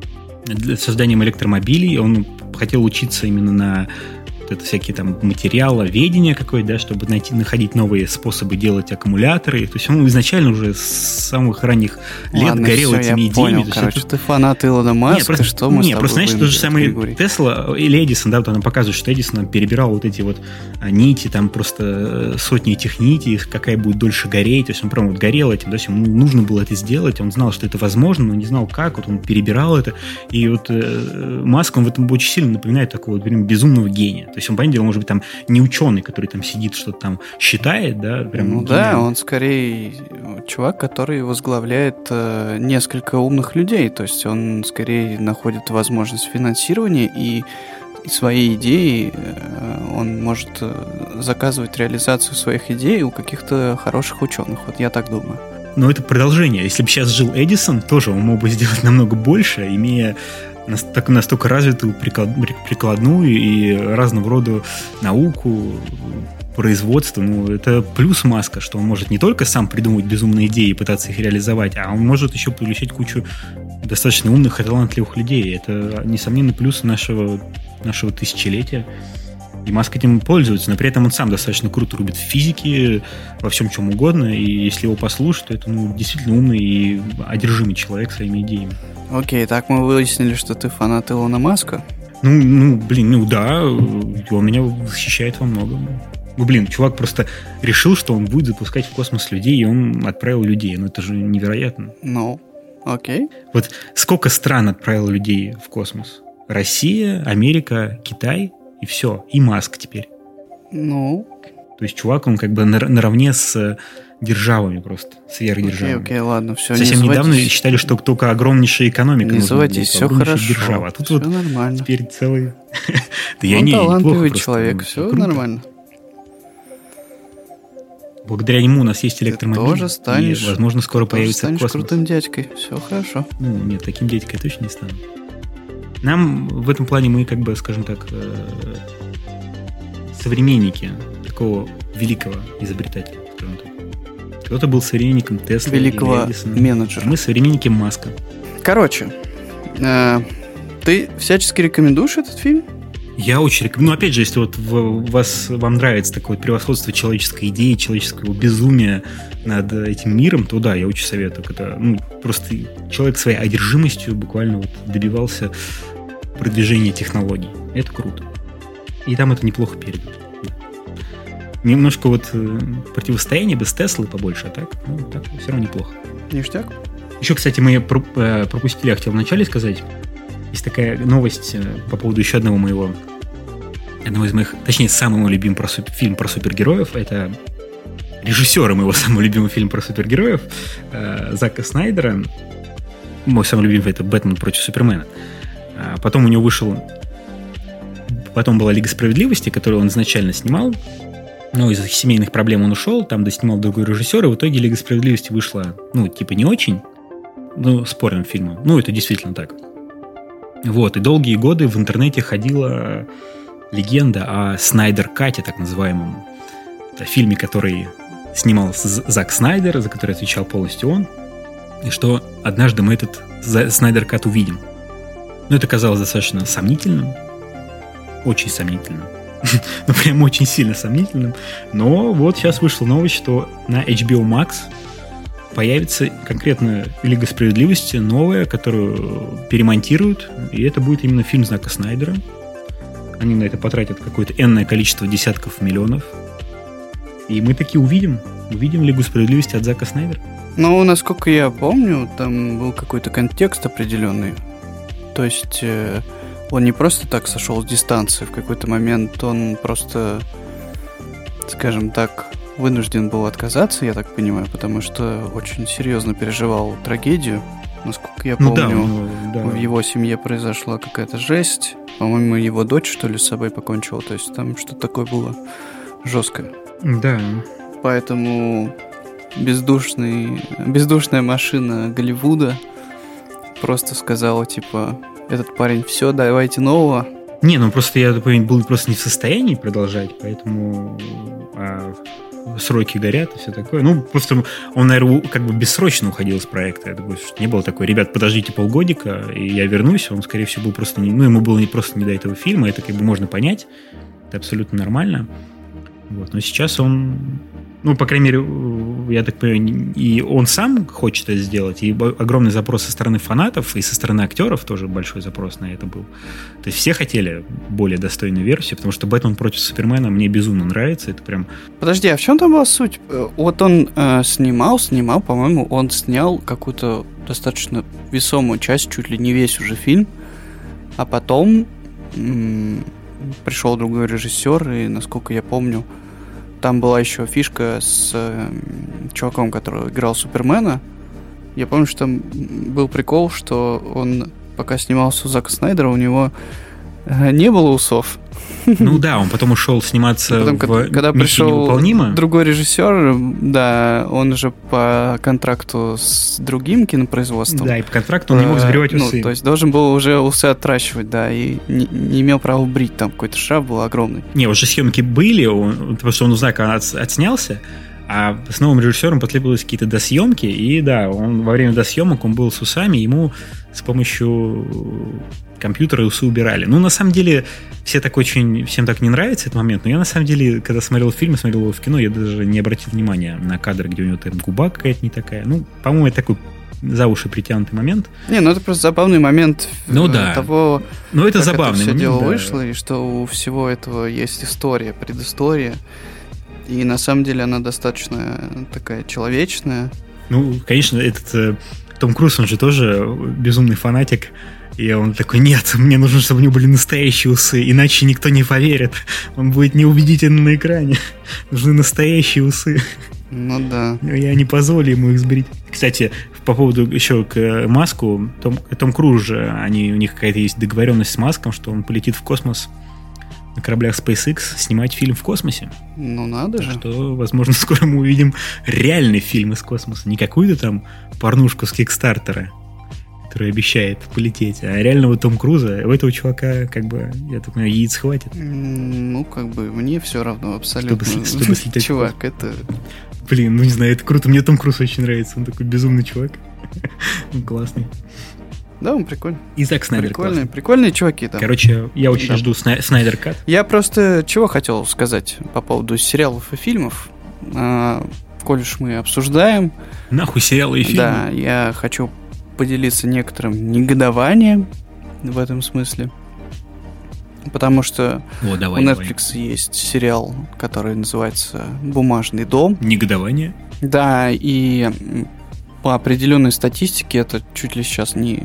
созданием электромобилей, он хотел учиться именно на это всякие там материаловедения какое-то, да, чтобы находить новые способы делать аккумуляторы. То есть он изначально уже с самых ранних лет горел этими идеями. Понял, короче, ты фанат Илона Маска, что мы с тобой просто, знаешь, тот же самый Тесла или Эдисон, да, вот она показывает, что Эдисон перебирал вот эти вот нити, там просто сотни этих нитей, какая будет дольше гореть, то есть он прям вот горел этим, то есть ему нужно было это сделать, он знал, что это возможно, но не знал как, вот он перебирал это, и вот Маск, он в этом очень сильно напоминает такого вот, безумного гения. То есть он, понятное дело, может быть, там не ученый, который там сидит, что-то там считает, да? Прям, ну да, он скорее чувак, который возглавляет несколько умных людей, то есть он скорее находит возможность финансирования и свои идеи, он может заказывать реализацию своих идей у каких-то хороших ученых, вот я так думаю. Но это продолжение. Если бы сейчас жил Эдисон, тоже он мог бы сделать намного больше, имея настолько развитую прикладную и разного рода науку, производство. Ну, это плюс Маска, что он может не только сам придумывать безумные идеи и пытаться их реализовать, а он может еще привлечь кучу достаточно умных и талантливых людей. Это, несомненно, плюс нашего тысячелетия. И Маск этим пользуется, но при этом он сам достаточно круто рубит в физике, во всем чем угодно, и если его послушать, то это действительно умный и одержимый человек своими идеями. Окей, так мы выяснили, что ты фанат Илона Маска. Да, он меня восхищает во многом. Чувак просто решил, что он будет запускать в космос людей, и он отправил людей. Это же невероятно. Окей. Вот сколько стран отправило людей в космос? Россия, Америка, Китай и все. И Маск теперь. То есть чувак, он как бы наравне с державами просто, сверхдержавами. Окей, ладно, все. Совсем недавно считали, что только огромнейшая экономика нужна. Не заводись, все хорошо. Держава. А тут все нормально. Теперь целый... Он талантливый человек, все нормально. Благодаря нему у нас есть электромобиль. Ты тоже станешь, и, возможно, скоро появится космос. Станешь крутым дядькой, все хорошо. Нет, таким дядькой я точно не стану. Нам в этом плане мы, как бы, скажем так, современники такого великого изобретателя, скажем так. Кто-то был современником Тесла, великого менеджера. Мы современники Маска. Короче, ты всячески рекомендуешь этот фильм? Я очень рекомендую. Опять же, если вот вам нравится такое вот превосходство человеческой идеи, человеческого безумия над этим миром, то да, я очень советую. Это, просто человек своей одержимостью буквально вот добивался продвижения технологий. Это круто. И там это неплохо передано. Немножко вот противостояние без Теслы побольше, а так все равно неплохо. Ништяк. Еще, кстати, мы пропустили, я хотел вначале сказать. Есть такая новость по поводу еще одного моего одного из моих, точнее, самый мой любимый фильм про супергероев. Это режиссером его самого любимого фильма про супергероев Зака Снайдера. Мой самый любимый — это «Бэтмен против Супермена». Потом у него потом была «Лига справедливости», которую он изначально снимал. Но из-за семейных проблем он ушел, там доснимал другой режиссер, и в итоге «Лига справедливости» вышла, не очень, спорным фильмом. Это действительно так. Вот, и долгие годы в интернете ходила легенда о Снайдер-кате, так называемом. Это фильме, который снимал Зак Снайдер, за который отвечал полностью он. И что однажды мы этот Снайдер-кат увидим. Это казалось достаточно сомнительным. Очень сомнительным. Прям очень сильно сомнительным. Но вот сейчас вышла новость, что на HBO Max появится конкретно «Лига справедливости» новая, которую перемонтируют. И это будет именно фильм Зака Снайдера. Они на это потратят какое-то энное количество десятков миллионов. И мы таки увидим «Лигу справедливости» от Зака Снайдера. Насколько я помню, там был какой-то контекст определенный. То есть он не просто так сошел с дистанции. В какой-то момент он просто, скажем так, вынужден был отказаться, я так понимаю, потому что очень серьезно переживал трагедию. Насколько я помню, в его семье произошла какая-то жесть. По-моему, его дочь, что ли, с собой покончила. То есть там что-то такое было жесткое. Да. Поэтому бездушная машина Голливуда просто сказала, этот парень, все, давайте нового. Просто я был просто не в состоянии продолжать, поэтому сроки горят и все такое. Просто он, наверное, бессрочно уходил из проекта. Я думаю, что не было такой: ребят, подождите полгодика, и я вернусь. Он, скорее всего, был просто ему было просто не до этого фильма. Это можно понять. Это абсолютно нормально. Вот. Но сейчас он... по крайней мере, я так понимаю, и он сам хочет это сделать, и огромный запрос со стороны фанатов, и со стороны актеров тоже большой запрос на это был. То есть все хотели более достойную версию, потому что «Бэтмен против Супермена» мне безумно нравится. Это прям... Подожди, а в чем там была суть? Вот он снимал, по-моему, он снял какую-то достаточно весомую часть, чуть ли не весь уже фильм, а потом пришел другой режиссер, и, насколько я помню, там была еще фишка с чуваком, который играл Супермена. Я помню, что там был прикол, что он, пока снимался у Зака Снайдера, у него не было усов. Он потом ушел сниматься потом, когда пришел другой режиссер, он же по контракту с другим кинопроизводством. Да, и по контракту он не мог сбривать усы. То есть должен был уже усы отращивать, и не имел права брить. Там какой-то штраф был огромный. Уже съемки были, потому что он у Зака отснялся, а с новым режиссером потребовались какие-то досъемки, и он во время досъемок он был с усами, ему с помощью компьютера усы убирали. На самом деле, всем так не нравится этот момент, но я, на самом деле, когда смотрел фильм, смотрел его в кино, я даже не обратил внимания на кадры, где у него там губа какая-то не такая. По-моему, это такой за уши притянутый момент. Это просто забавный момент того, это как забавный это все момент, дело вышло, и что у всего этого есть история, предыстория. И на самом деле она достаточно такая человечная. Конечно, этот Том Круз, он же тоже безумный фанатик. И он такой: нет, мне нужно, чтобы у него были настоящие усы, иначе никто не поверит. Он будет неубедительным на экране. Нужны настоящие усы. Да. Я не позволю ему их сбрить. Кстати, по поводу еще к Маску, Том Круз же, у них какая-то есть договоренность с Маском, что он полетит в космос на кораблях SpaceX снимать фильм в космосе. Надо же. Что, возможно, скоро мы увидим реальный фильм из космоса. Не какую-то там порнушку с Кикстартера, который обещает полететь, а реального Том Круза. У этого чувака, я так понимаю, яиц хватит. Мне все равно абсолютно. Чтобы слететь. Чувак, это... Не знаю, это круто. Мне Том Круз очень нравится. Он такой безумный чувак. Классный. Да, он прикольный. И Зак Снайдер классный. Прикольные чуваки там. Я очень жду Снайдер Кат. Я просто чего хотел сказать по поводу сериалов и фильмов. Коль уж мы обсуждаем... Нахуй сериалы и фильмы. Да, я хочу поделиться некоторым негодованием в этом смысле. Потому что у Netflix есть сериал, который называется «Бумажный дом». Негодование? Да, и по определенной статистике это чуть ли сейчас не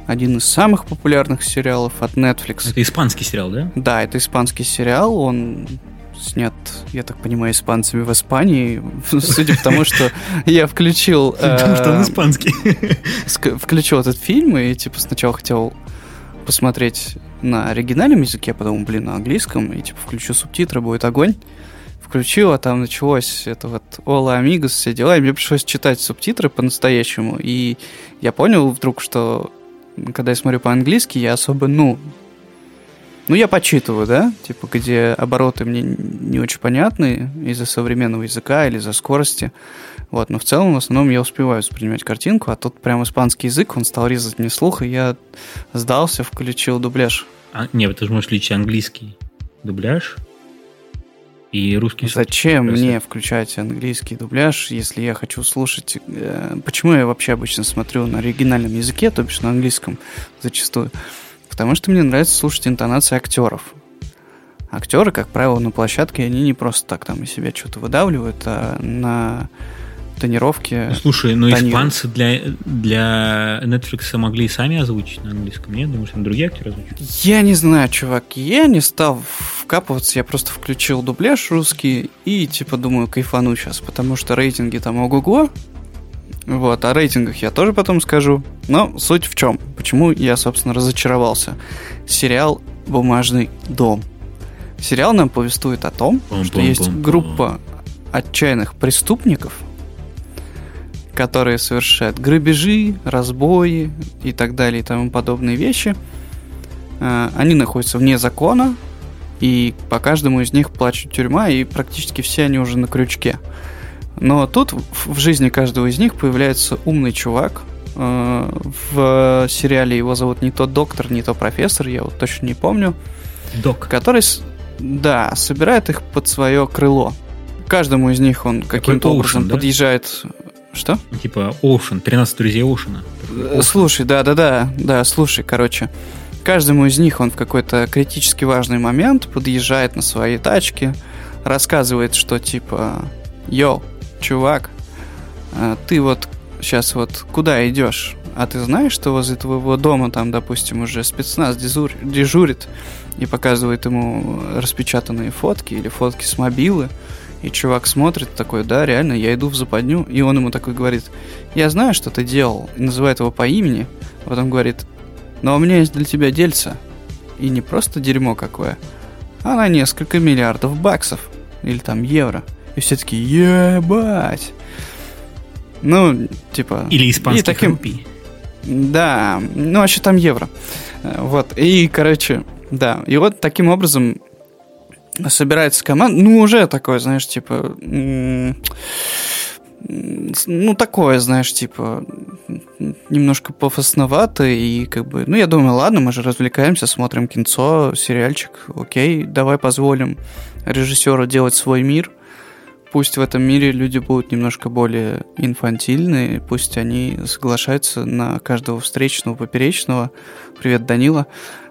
один из самых популярных сериалов от Netflix. Это испанский сериал, да? Да, это испанский сериал, он снят, я так понимаю, испанцами в Испании, судя по тому, что я включил... Потому что он испанский. Включил этот фильм и, типа, сначала хотел посмотреть на оригинальном языке, потом, на английском, и, типа, включу субтитры, будет огонь. Включил, а там началось это вот «Ола, амигос», все дела, и мне пришлось читать субтитры по-настоящему, и я понял вдруг, что когда я смотрю по-английски, я особо, я почитываю, да, типа, где обороты мне не очень понятны из-за современного языка или из-за скорости, вот, но в целом, в основном, я успеваю воспринимать картинку, а тут прям испанский язык, он стал резать мне слух, и я сдался, включил дубляж. Нет, ты же можешь лечить английский дубляж и русский. Зачем мне включать английский дубляж, если я хочу слушать... Почему я вообще обычно смотрю на оригинальном языке, то бишь на английском зачастую? Потому что мне нравится слушать интонации актеров. Актеры, как правило, на площадке, они не просто так там из себя что-то выдавливают, а на тонировке... Слушай, испанцы для Netflix могли и сами озвучить на английском, нет? Думаешь, там другие актеры озвучивают? Я не знаю, чувак, я не стал вкапываться, я просто включил дубляж русский и, типа, думаю, кайфану сейчас, потому что рейтинги там ого-го. Вот, о рейтингах я тоже потом скажу. Но суть в чем? Почему я, собственно, разочаровался? Сериал «Бумажный дом». Сериал нам повествует о том, что есть группа отчаянных преступников, которые совершают грабежи, разбои и так далее и тому подобные вещи. Они находятся вне закона, и по каждому из них плачет тюрьма, и практически все они уже на крючке. Но тут в жизни каждого из них появляется умный чувак. В сериале его зовут не то доктор, не то профессор, я вот точно не помню. Док. Который, собирает их под свое крыло. Каждому из них он каким-то образом подъезжает... Что? Типа Оушен, 13 друзей Оушена. Слушай, да, слушай, короче. Каждому из них он в какой-то критически важный момент подъезжает на своей тачке, рассказывает, что типа: «Йоу, чувак, ты вот сейчас вот куда идешь? А ты знаешь, что возле твоего дома там, допустим, уже спецназ дежурит?» И показывает ему распечатанные фотки или фотки с мобилы. И чувак смотрит такой: «Да, реально, я иду в западню». И он ему такой говорит: «Я знаю, что ты делал», и называет его по имени. А потом говорит: «Но у меня есть для тебя дельце. И не просто дерьмо какое, а на несколько миллиардов баксов. Или там евро». И все такие: «Ебать!» Типа... Или испанских рупий. Да, вообще там евро. Вот, и, короче, да. И вот таким образом собирается команда, уже такое, знаешь, типа... такое, знаешь, типа, немножко пафосновато, и как бы, я думаю, ладно, мы же развлекаемся, смотрим кинцо, сериальчик, окей, давай позволим режиссеру делать свой мир, пусть в этом мире люди будут немножко более инфантильны, пусть они соглашаются на каждого встречного, поперечного, привет, Данила,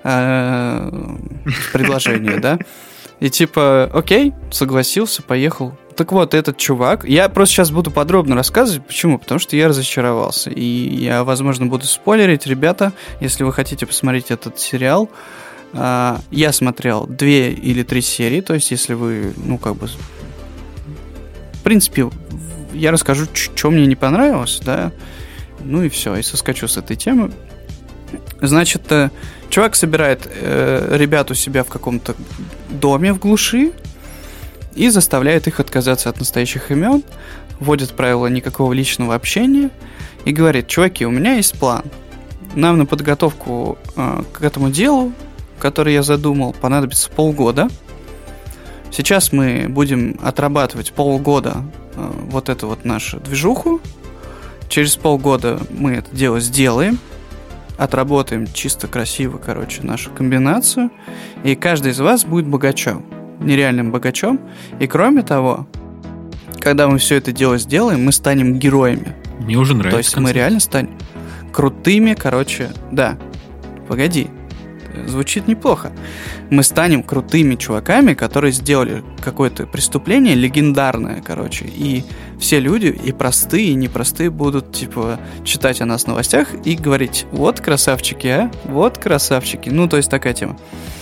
предложение, да, и типа, окей, согласился, поехал. Так вот, этот чувак... Я просто сейчас буду подробно рассказывать. Почему? Потому что я разочаровался. И я, возможно, буду спойлерить. Ребята, если вы хотите посмотреть этот сериал, я смотрел 2 или 3 серии. То есть, если вы, в принципе, я расскажу, что мне не понравилось, да. И все, и соскочу с этой темы. Значит, чувак собирает ребят у себя в каком-то доме в глуши и заставляет их отказаться от настоящих имен, вводит правила никакого личного общения и говорит: «Чуваки, у меня есть план. Нам на подготовку к этому делу, который я задумал, понадобится полгода. Сейчас мы будем отрабатывать полгода вот эту вот нашу движуху. Через полгода мы это дело сделаем, отработаем чисто красиво, нашу комбинацию, и каждый из вас будет богачом, нереальным богачом. И кроме того, когда мы все это дело сделаем, мы станем героями». Мне уже нравится. То есть мы реально станем крутыми, да. Погоди. звучит неплохо. Мы станем крутыми чуваками, которые сделали какое-то преступление легендарное, короче, и все люди, и простые, и непростые, будут, типа, читать о нас в новостях и говорить: вот красавчики, а? Вот красавчики. Ну, то есть такая тема.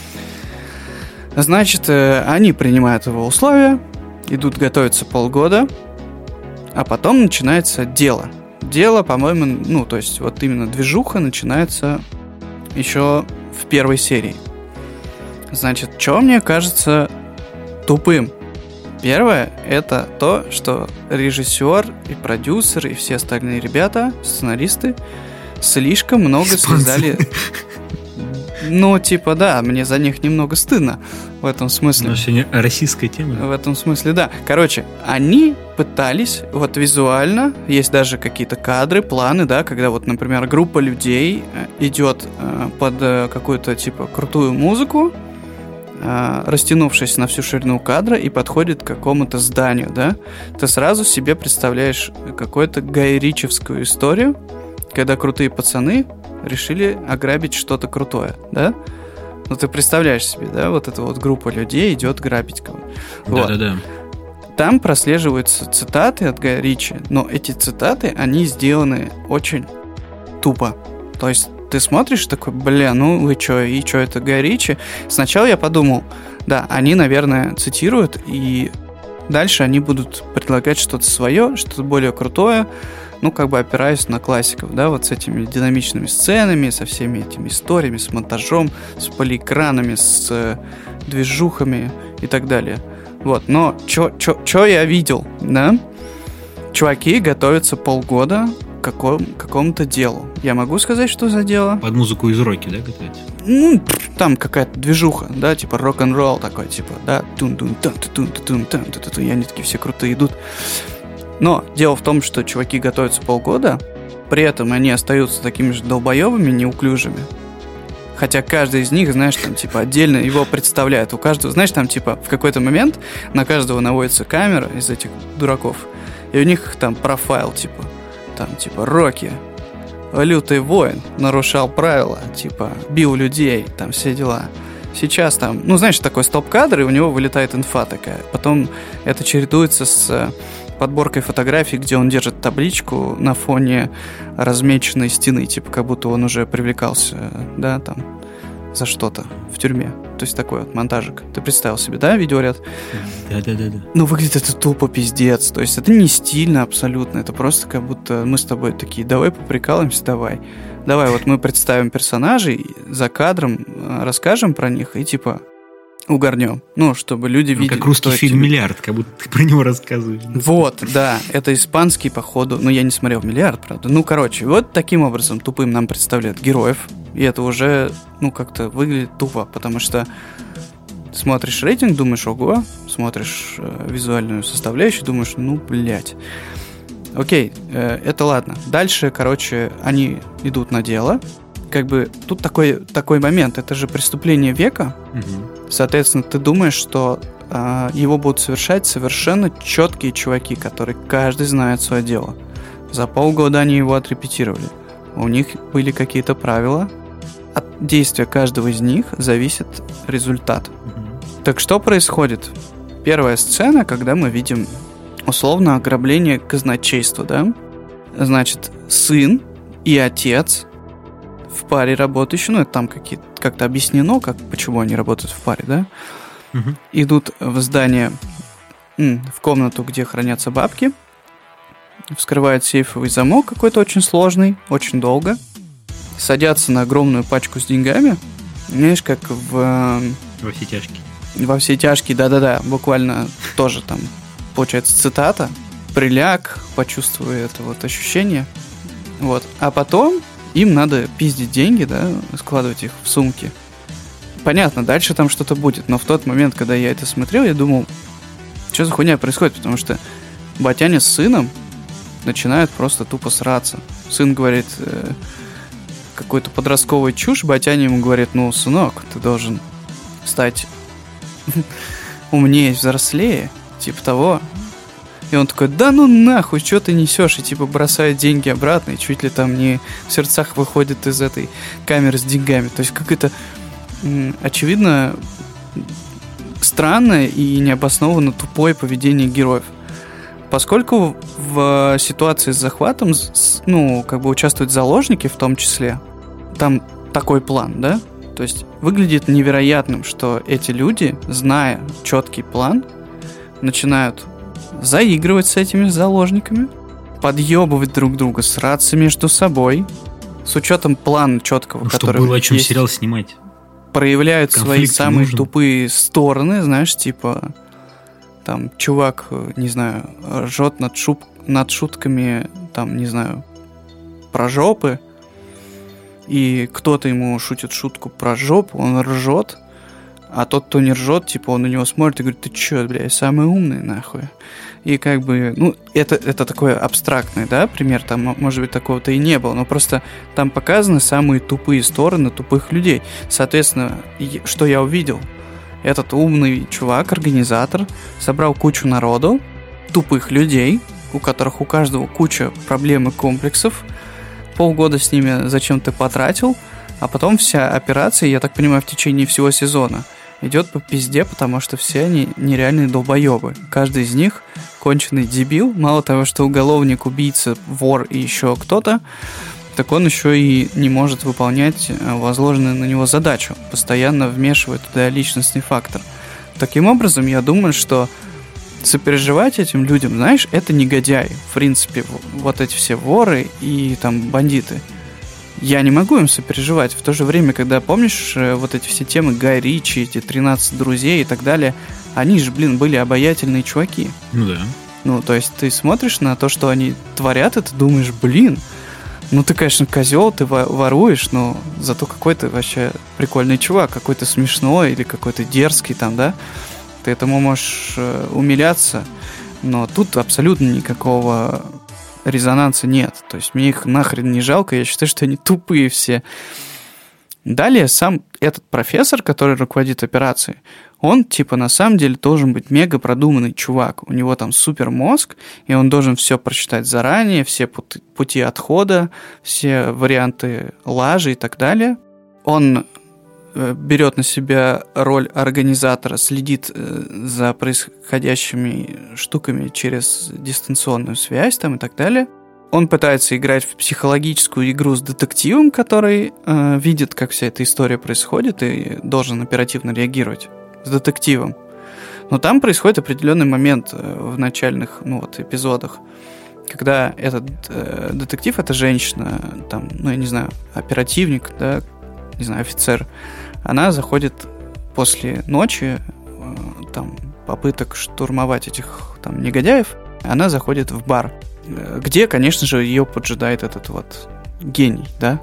Значит, они принимают его условия, идут готовиться полгода, а потом начинается дело. Дело, по-моему, ну, то есть вот именно движуха начинается еще в первой серии. Значит, что мне кажется тупым? Первое, это то, что режиссер и продюсер и все остальные ребята, сценаристы, слишком много связали... Ну, типа, да, мне за них немного стыдно в этом смысле. Но сегодня российская тема. В этом смысле, да. Короче, они пытались, вот визуально, есть даже какие-то кадры, планы, да, когда вот, например, группа людей идет под какую-то, типа, крутую музыку, растянувшись на всю ширину кадра, и подходит к какому-то зданию, да. Ты сразу себе представляешь какую-то гайричевскую историю, когда крутые пацаны решили ограбить что-то крутое, да? Ну, ты представляешь себе, да, вот эта вот группа людей идет грабить кого-то. Да-да-да. Вот. Там прослеживаются цитаты от Гая Ричи, но эти цитаты, они сделаны очень тупо. То есть ты смотришь такой: бля, ну вы чё, и чё, это Гай Ричи? Сначала я подумал, да, они, наверное, цитируют, и дальше они будут предлагать что-то свое, что-то более крутое, ну, как бы опираясь на классиков, да, вот с этими динамичными сценами, со всеми этими историями, с монтажом, с полиэкранами, с движухами и так далее. Вот, но чё я видел, да? Чуваки готовятся полгода к какому-то делу. Я могу сказать, что за дело? Под музыку из Рокки, да, готовятся? Ну, там какая-то движуха, да, типа рок-н-ролл такой, типа, да, и они такие все крутые идут. Но дело в том, что чуваки готовятся полгода, при этом они остаются такими же долбоебами, неуклюжими. Хотя каждый из них, знаешь, там, типа, отдельно его представляет. У каждого, знаешь, там, типа, в какой-то момент на каждого наводится камера из этих дураков, и у них там профайл, типа, там, типа, Рокки, лютый воин, нарушал правила, типа, бил людей, там, все дела. Сейчас там, ну, знаешь, такой стоп-кадр, и у него вылетает инфа такая. Потом это чередуется с подборкой фотографий, где он держит табличку на фоне размеченной стены, типа как будто он уже привлекался, да, там, за что-то в тюрьме. То есть такой вот монтажик. Ты представил себе, да, видеоряд? Да. Ну, выглядит это тупо пиздец. То есть это не стильно абсолютно. Это просто как будто мы с тобой такие: давай поприкалываемся, давай. Давай, вот мы представим персонажей, за кадром расскажем про них и типа угорнем. Ну, чтобы люди видели... Как русский фильм «Миллиард», как будто ты про него рассказываешь. Вот, да. Это испанский, походу. Но я не смотрел «Миллиард», правда. Ну, короче, вот таким образом тупым нам представляют героев. И это уже, ну, как-то выглядит тупо, потому что смотришь рейтинг, думаешь: ого. Смотришь визуальную составляющую, думаешь: ну, блядь. Окей, это ладно. Дальше, короче, они идут на дело. Как бы тут такой момент. Это же преступление века. Угу. Соответственно, ты думаешь, что его будут совершать совершенно четкие чуваки, которые каждый знает свое дело. За полгода они его отрепетировали. У них были какие-то правила. От действия каждого из них зависит результат. Угу. Так что происходит? Первая сцена, когда мы видим условно ограбление казначейства, да? Значит, сын и отец в паре работающие, ну, это там как-то объяснено, почему они работают в паре, да? Угу. Идут в здание, в комнату, где хранятся бабки, вскрывают сейфовый замок какой-то очень сложный, очень долго, садятся на огромную пачку с деньгами, знаешь, как во все тяжкие. Во все тяжкие, да-да-да, буквально тоже там, получается, цитата: приляг, почувствуй это вот ощущение, вот, а потом им надо пиздить деньги, да, складывать их в сумки. Понятно, дальше там что-то будет, но в тот момент, когда я это смотрел, я думал, что за хуйня происходит, потому что батяня с сыном начинают просто тупо сраться. Сын говорит какую-то подростковую чушь, батяня ему говорит: ну, сынок, ты должен стать умнее, взрослее, типа того. И он такой: да ну нахуй, что ты несешь? И типа бросает деньги обратно, и чуть ли там не в сердцах выходит из этой камеры с деньгами. То есть какой-то очевидно, странное и необоснованно тупое поведение героев. Поскольку в ситуации с захватом, участвуют заложники в том числе, там такой план, да? То есть выглядит невероятным, что эти люди, зная четкий план, начинают заигрывать с этими заложниками, подъебывать друг друга, сраться между собой, с учетом плана четкого, который чтобы было о чем сериал снимать. Проявляют свои самые нужен. тупые стороны, знаешь, типа там чувак, не знаю, ржет над шутками, там, не знаю, про жопы, и кто-то ему шутит шутку про жопу, он ржет, а тот, кто не ржет, типа, он на него смотрит и говорит: ты чё, бля, я самый умный, нахуй. И как бы, это такой абстрактный, да, пример, там, может быть, такого-то и не было, но просто там показаны самые тупые стороны тупых людей. Соответственно, что я увидел? Этот умный чувак, организатор, собрал кучу народу, тупых людей, у которых у каждого куча проблем и комплексов, полгода с ними зачем-то потратил, а потом вся операция, я так понимаю, в течение всего сезона идет по пизде, потому что все они нереальные долбоебы. Каждый из них конченый дебил. Мало того, что уголовник, убийца, вор и еще кто-то, так он еще и не может выполнять возложенную на него задачу. Постоянно вмешивает туда личностный фактор. Таким образом, я думаю, что сопереживать этим людям, знаешь, это негодяи. В принципе, вот эти все воры и там бандиты. Я не могу им сопереживать. В то же время, когда, помнишь, вот эти все темы Гай Ричи, эти 13 друзей и так далее, они же, были обаятельные чуваки. Ну да. То есть ты смотришь на то, что они творят, и ты думаешь: ты, конечно, козел, ты воруешь, но зато какой ты вообще прикольный чувак, какой-то смешной или какой-то дерзкий там, да? Ты этому можешь умиляться, но тут абсолютно никакого резонанса нет. То есть мне их нахрен не жалко, я считаю, что они тупые все. Далее сам этот профессор, который руководит операцией, он, на самом деле должен быть мега продуманный чувак. У него там супер мозг, и он должен все прочитать заранее, все пути отхода, все варианты лажи и так далее. Он берет на себя роль организатора, следит за происходящими штуками через дистанционную связь там, и так далее. Он пытается играть в психологическую игру с детективом, который видит, как вся эта история происходит, и должен оперативно реагировать с детективом. Но там происходит определенный момент в начальных эпизодах, когда этот детектив, эта женщина, там, я не знаю, оперативник, да, не знаю, офицер, она заходит после ночи, там, попыток штурмовать этих там негодяев, она заходит в бар, где, конечно же, ее поджидает этот вот гений, да,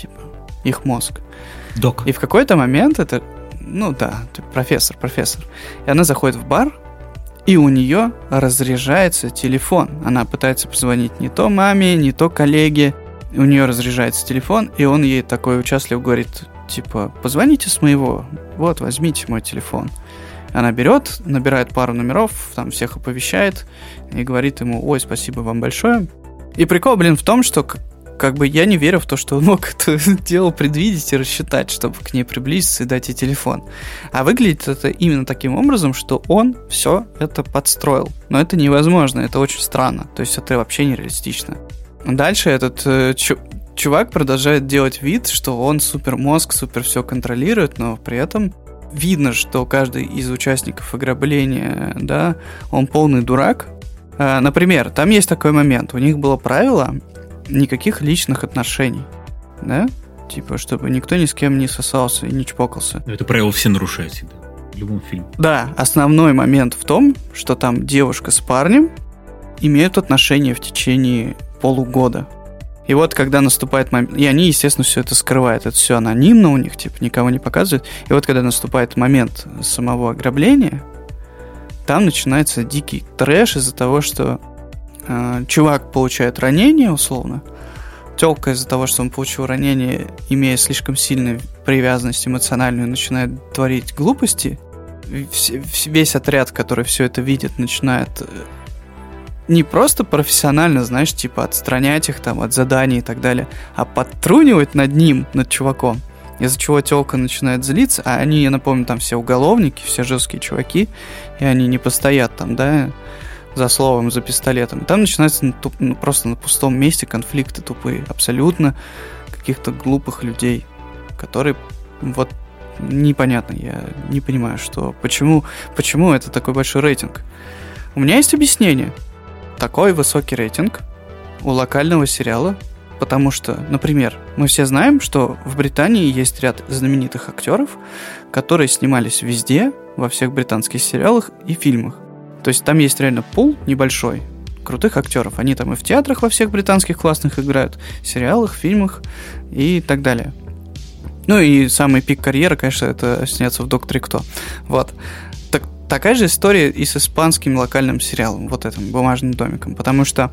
их мозг. Док. И в какой-то момент это, профессор. И она заходит в бар, и у нее разряжается телефон. Она пытается позвонить не то маме, не то коллеге. У нее разряжается телефон, и он ей такой участливо говорит, позвоните с моего, вот, возьмите мой телефон. Она берет, набирает пару номеров, там всех оповещает и говорит ему: ой, спасибо вам большое. И прикол, в том, что я не верю в то, что он мог это дело предвидеть и рассчитать, чтобы к ней приблизиться и дать ей телефон. А выглядит это именно таким образом, что он все это подстроил. Но это невозможно, это очень странно. То есть это вообще нереалистично. Дальше этот чувак продолжает делать вид, что он супер мозг, супер все контролирует, но при этом видно, что каждый из участников ограбления, да, он полный дурак. Например, там есть такой момент. У них было правило никаких личных отношений, да? Чтобы никто ни с кем не сосался и не чпокался. Это правило все нарушают всегда, в любом фильме. Да, основной момент в том, что там девушка с парнем имеют отношения в течение полугода. И вот когда наступает момент... И они, естественно, все это скрывают. Это все анонимно у них, никого не показывают. И вот когда наступает момент самого ограбления, там начинается дикий трэш из-за того, что чувак получает ранение, условно. Тёлка из-за того, что он получил ранение, имея слишком сильную привязанность эмоциональную, начинает творить глупости. Весь отряд, который все это видит, начинает не просто профессионально, знаешь, отстранять их там от заданий и так далее, а подтрунивать над ним, над чуваком. из-за чего тёлка начинает злиться, а они, я напомню, там все уголовники, все жесткие чуваки, и они не постоят там, да, за словом, за пистолетом. Там начинаются просто на пустом месте конфликты тупые, абсолютно каких-то глупых людей, которые вот непонятно, я не понимаю, почему это такой большой рейтинг. У меня есть объяснение. Такой высокий рейтинг у локального сериала, потому что, например, мы все знаем, что в Британии есть ряд знаменитых актеров, которые снимались везде, во всех британских сериалах и фильмах. То есть там есть реально пул небольшой крутых актеров. Они там и в театрах во всех британских классных играют, в сериалах, фильмах и так далее. Ну и самый пик карьеры, конечно, это сняться в «Докторе Кто». Вот. Такая же история и с испанским локальным сериалом, вот этим «Бумажным домиком», потому что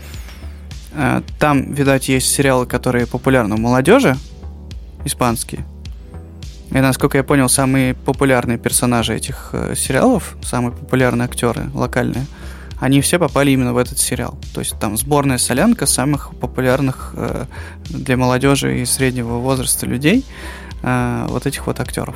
там, видать, есть сериалы, которые популярны у молодежи, испанские. И, насколько я понял, самые популярные персонажи этих сериалов, самые популярные актеры локальные, они все попали именно в этот сериал. То есть там сборная солянка самых популярных для молодежи и среднего возраста людей, вот этих вот актеров.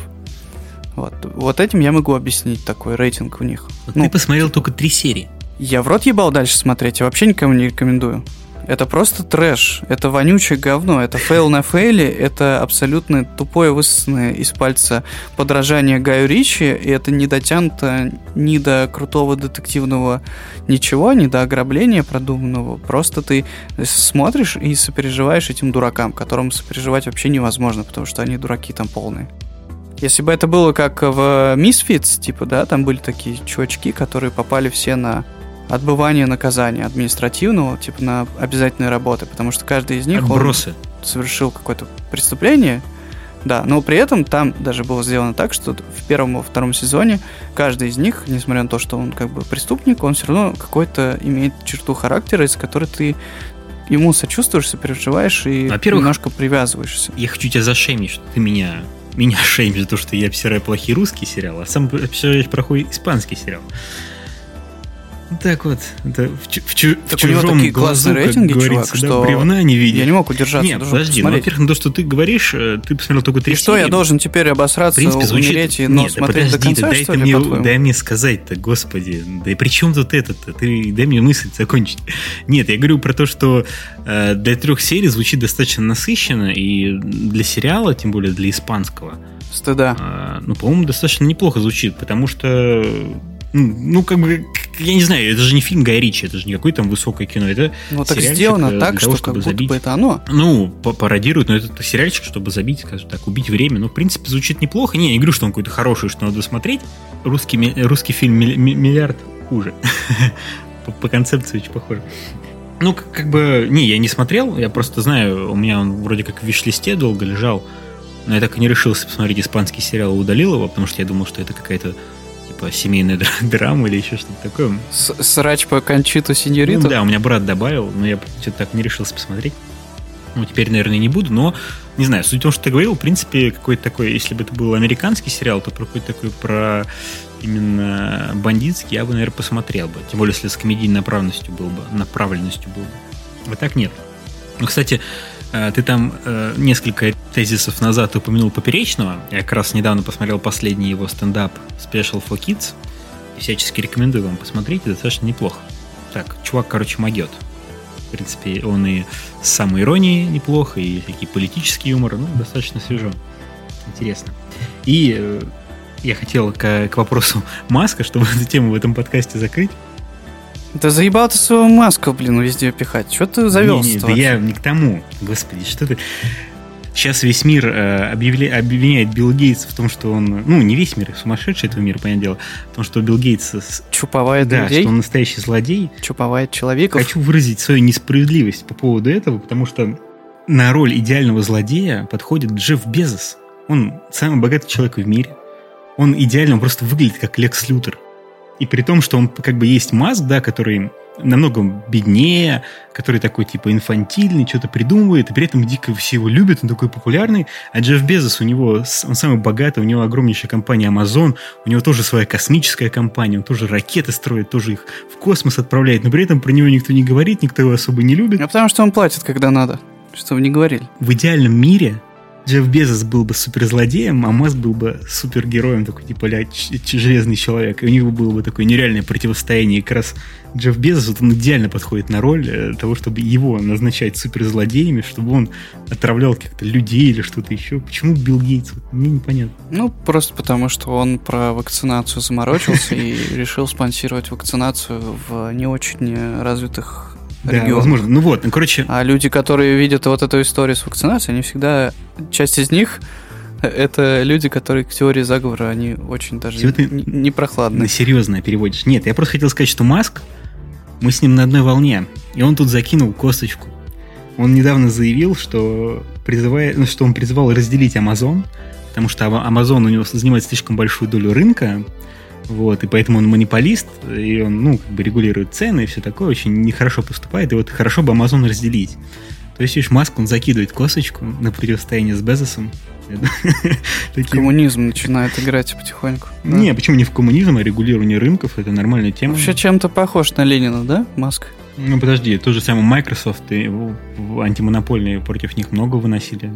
Вот этим я могу объяснить такой рейтинг у них. Ты посмотрел только 3 серии. Я в рот ебал дальше смотреть, я вообще никому не рекомендую. Это просто трэш, это вонючее говно, это фейл на фейле, это абсолютно тупое высосанное из пальца подражание Гаю Ричи, и это не дотянуто ни до крутого детективного ничего, ни до ограбления продуманного. Просто ты смотришь и сопереживаешь этим дуракам, которым сопереживать вообще невозможно, потому что они дураки там полные. Если бы это было как в Misfits, типа, да, там были такие чувачки, которые попали все на отбывание наказания административного, типа на обязательные работы, потому что каждый из них отбросы. Он совершил какое-то преступление, да, но при этом там даже было сделано так, что в первом и втором сезоне каждый из них, несмотря на то, что он как бы преступник, он все равно какой-то имеет черту характера, из которой ты ему сочувствуешь, сопереживаешь и немножко привязываешься. Я хочу тебя зашеймить, что ты меня шеймишь за то, что я обсираю плохие русские сериалы, а сам обсираешь плохой испанский сериал. Так вот, это в чужом глазу, рейтинги, как говорится, чувак, что бревна не видишь. Я не мог удержаться. Нет, подожди, во-первых, на то, что ты говоришь, ты посмотрел только 3 серии. И что, я должен теперь обосраться, умереть и смотреть до конца, что ли? Дай мне сказать-то, господи, да и при чем тут это-то? Ты дай мне мысль закончить. Нет, я говорю про то, что для 3 серий звучит достаточно насыщенно, и для сериала, тем более для испанского, стыда. По-моему, достаточно неплохо звучит, потому что как бы, я не знаю, это же не фильм Гая Ричи, это же не какое-то там высокое кино, это так сделано так, что как будто бы это оно. Пародирует, но это сериальчик, чтобы забить, скажем так, убить время. В принципе, звучит неплохо. Не говорю, что он какой-то хороший, что надо смотреть. Русский фильм «Миллиард» хуже. По концепции очень похоже. Я не смотрел, я просто знаю, у меня он вроде как в виш-листе долго лежал, но я так и не решился посмотреть испанский сериал, удалил его, потому что я думал, что это какая-то семейная драма или еще что-то такое. Срач по Кончиту Синьориту? Да, у меня брат добавил, но я что-то так не решился посмотреть. Теперь, наверное, не буду, но не знаю, суть в том, что ты говорил, в принципе, какой-то такой, если бы это был американский сериал, то про какой-то такой про именно бандитский я бы, наверное, посмотрел бы. Тем более, если с комедийной направленностью был бы. А так нет. Кстати, ты там несколько тезисов назад упомянул Поперечного. Я как раз недавно посмотрел последний его стендап Special for Kids. И всячески рекомендую вам посмотреть. Достаточно неплохо. Так, чувак, могет. В принципе, он и с самоиронией неплохо, и такие политический юмор. Достаточно свежо. Интересно. И я хотел к вопросу Маска, чтобы эту тему в этом подкасте закрыть. Да заебал ты своего Маску, везде пихать. Что ты завелся? Да я не к тому. Господи, что ты... Сейчас весь мир обвиняет Билла Гейтса в том, что он... не весь мир, сумасшедший этого мира, понятное дело. В том, что Билл Гейтс... Чуповает людей? Что он настоящий злодей. Чуповает человеков. Хочу выразить свою несправедливость по поводу этого, потому что на роль идеального злодея подходит Джефф Безос. Он самый богатый человек в мире. Он идеально, он просто выглядит как Лекс Лютер. И при том, что он как бы есть Маск, да, который намного беднее, который такой типа инфантильный, что-то придумывает, и при этом дико все его любят, он такой популярный. А Джефф Безос, он самый богатый, у него огромнейшая компания Amazon, у него тоже своя космическая компания, он тоже ракеты строит, тоже их в космос отправляет, но при этом про него никто не говорит, никто его особо не любит. А потому что он платит, когда надо, чтобы не говорили. В идеальном мире Джефф Безос был бы суперзлодеем, а Маск был бы супергероем, такой типа железный человек. И у них было бы такое нереальное противостояние. И как раз Джефф Безос, вот он идеально подходит на роль того, чтобы его назначать суперзлодеями, чтобы он отравлял каких-то людей или что-то еще. Почему Билл Гейтс? Вот мне непонятно. Ну, просто потому, что он про вакцинацию заморочился и решил спонсировать вакцинацию в не очень развитых регионах. Да, возможно. Ну вот, короче... А люди, которые видят вот эту историю с вакцинацией, они всегда... Часть из них — это люди, которые к теории заговора, они очень даже не прохладные. На серьезное переводишь. Нет, я просто хотел сказать, что Маск, мы с ним на одной волне, и он тут закинул косточку. Он недавно заявил, что он призывал разделить Amazon, потому что Amazon у него занимает слишком большую долю рынка, вот, и поэтому он монополист, и он, регулирует цены и все такое, очень нехорошо поступает, и вот хорошо бы Amazon разделить. То есть, видишь, Маск, он закидывает косточку на противостояние с Безосом. Коммунизм начинает играть потихоньку. Не, почему не в коммунизм, а регулирование рынков, это нормальная тема. Вообще чем-то похож на Ленина, да, Маск? Ну, подожди, тот же самый Microsoft и антимонопольные против них много выносили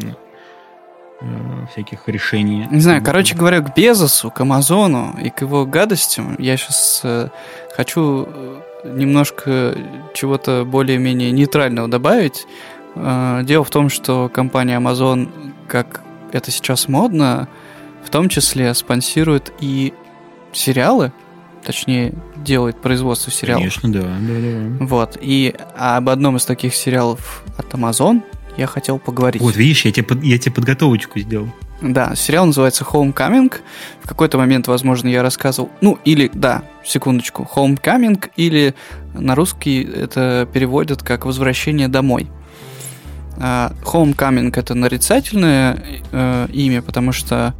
всяких решений. Не знаю, короче говоря, к Безосу, к Амазону и к его гадостям я сейчас хочу немножко чего-то более-менее нейтрального добавить. Дело в том, что компания Amazon, как это сейчас модно, в том числе спонсирует и сериалы, точнее, делает производство сериалов. Конечно, да. Вот, и об одном из таких сериалов от Amazon я хотел поговорить. Вот, видишь, я тебе подготовочку сделал. Да, сериал называется Homecoming. В какой-то момент, возможно, я рассказывал... секундочку. Homecoming, или на русский это переводят как «Возвращение домой». Homecoming — это нарицательное имя, потому что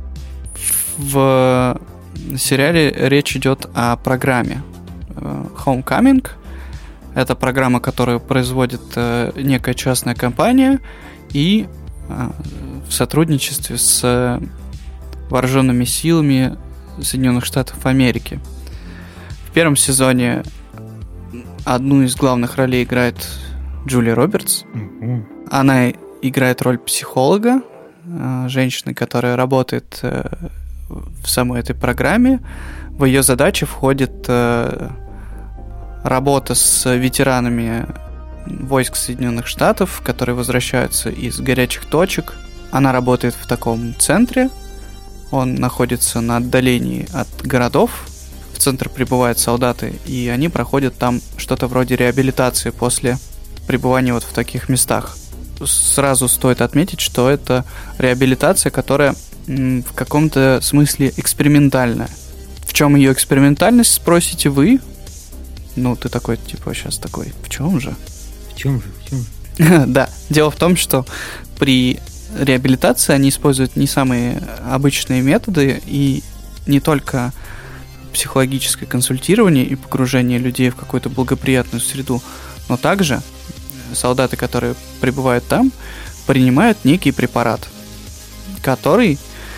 в сериале речь идет о программе. Homecoming — это программа, которую производит некая частная компания и в сотрудничестве с вооруженными силами Соединенных Штатов Америки. В первом сезоне одну из главных ролей играет Джулия Робертс. Она играет роль психолога, женщины, которая работает в самой этой программе. В ее задачи входит работа с ветеранами войск Соединенных Штатов, которые возвращаются из горячих точек. Она работает в таком центре. Он находится на отдалении от городов. В центр прибывают солдаты, и они проходят там что-то вроде реабилитации после пребывания вот в таких местах. Сразу стоит отметить, что это реабилитация, которая в каком-то смысле экспериментальная. В чем ее экспериментальность, спросите вы? Ну, ты такой, типа, сейчас такой, в чем же? В чем же? Да, дело в том, что при реабилитации они используют не самые обычные методы, и не только психологическое консультирование и погружение людей в какую-то благоприятную среду, но также солдаты, которые пребывают там, принимают некий препарат, который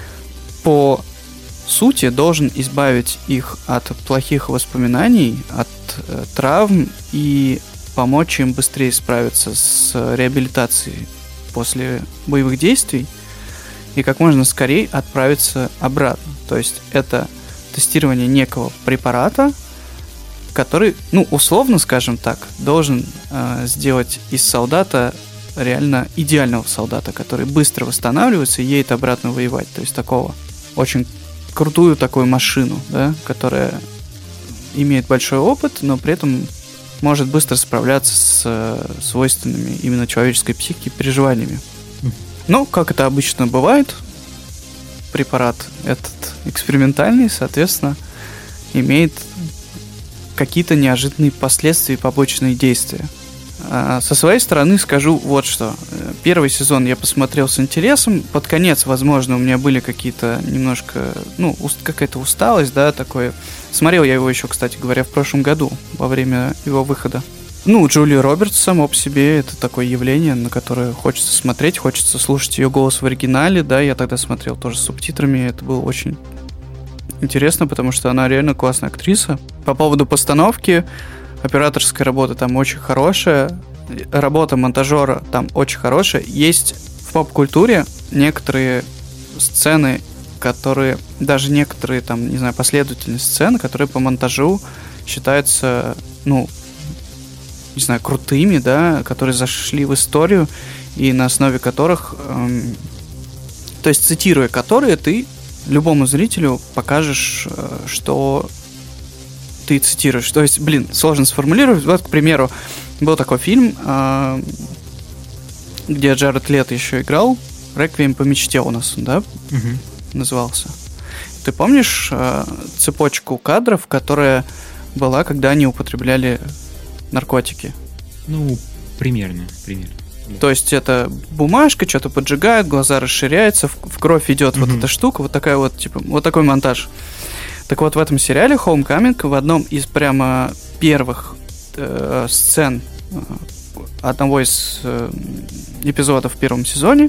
по сути должен избавить их от плохих воспоминаний, от травм и помочь им быстрее справиться с реабилитацией после боевых действий и как можно скорее отправиться обратно. То есть это тестирование некого препарата, который, условно, скажем так, должен сделать из солдата реально идеального солдата, который быстро восстанавливается и едет обратно воевать. То есть такого очень крутую такую машину, да, которая имеет большой опыт, но при этом может быстро справляться с свойственными именно человеческой психике переживаниями. Но, как это обычно бывает, препарат этот экспериментальный, соответственно, имеет какие-то неожиданные последствия и побочные действия. Со своей стороны скажу вот что. Первый сезон я посмотрел с интересом. Под конец, возможно, у меня были какие-то немножко, какая-то усталость, да, такое. Смотрел я его еще, кстати говоря, в прошлом году, во время его выхода. Джулия Робертс само по себе это такое явление, на которое хочется смотреть, хочется слушать ее голос в оригинале, да, я тогда смотрел тоже с субтитрами, это было очень интересно, потому что она реально классная актриса. По поводу постановки, операторская работа там очень хорошая, работа монтажера там очень хорошая. Есть в поп-культуре некоторые сцены, которые, даже некоторые там, не знаю, последовательные сцены, которые по монтажу считаются, ну, не знаю, крутыми, да, которые зашли в историю, и на основе которых, то есть цитируя которые, ты любому зрителю покажешь, что ты цитируешь. То есть, блин, сложно сформулировать. Вот, к примеру, был такой фильм, где Джаред Лето еще играл, «Реквием по мечте» у нас, да, назывался. Ты помнишь цепочку кадров, которая была, когда они употребляли наркотики? Ну, примерно. То есть это бумажка, что-то поджигает, глаза расширяются, в кровь идет вот эта штука, вот такая вот, типа, вот такой монтаж. Так вот, в этом сериале Homecoming, в одном из прямо первых сцен одного из эпизодов в первом сезоне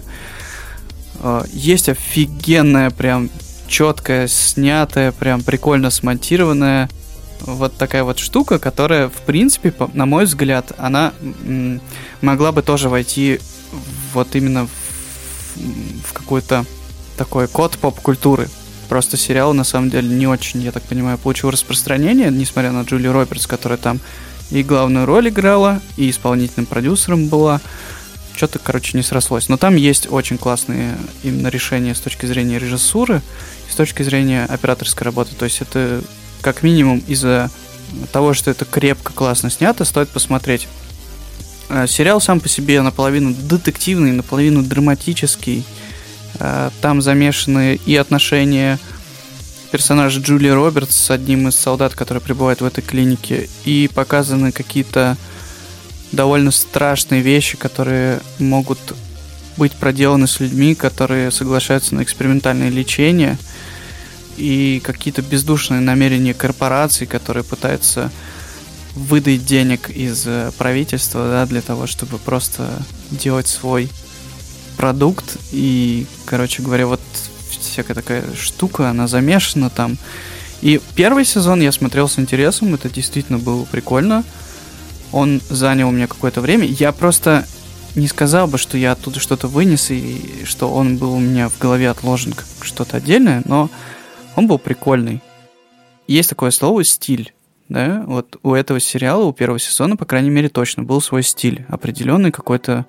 есть офигенная, прям четкая, снятая, прям прикольно смонтированная вот такая вот штука, которая, в принципе, на мой взгляд, она могла бы тоже войти вот именно в какой-то такой код поп-культуры. Просто сериал, на самом деле, не очень, я так понимаю, получил распространение, несмотря на Джулию Робертс, которая там и главную роль играла, и исполнительным продюсером была. Что-то, короче, не срослось. Но там есть очень классные именно решения с точки зрения режиссуры, с точки зрения операторской работы. То есть это как минимум из-за того, что это крепко, классно снято, стоит посмотреть. Сериал сам по себе наполовину детективный, наполовину драматический. Там замешаны и отношения персонажа Джулии Робертс с одним из солдат, который пребывает в этой клинике, и показаны какие-то довольно страшные вещи, которые могут быть проделаны с людьми, которые соглашаются на экспериментальное лечение, и какие-то бездушные намерения корпораций, которые пытаются выдать денег из правительства, да, для того, чтобы просто делать свой продукт. И, короче говоря, вот всякая такая штука, она замешана там. И первый сезон я смотрел с интересом, это действительно было прикольно. Он занял у меня какое-то время. Я просто не сказал бы, что я оттуда что-то вынес, и что он был у меня в голове отложен как что-то отдельное, но он был прикольный. Есть такое слово «стиль». Да? Вот у этого сериала, у первого сезона, по крайней мере, точно был свой стиль. Определенный какой-то,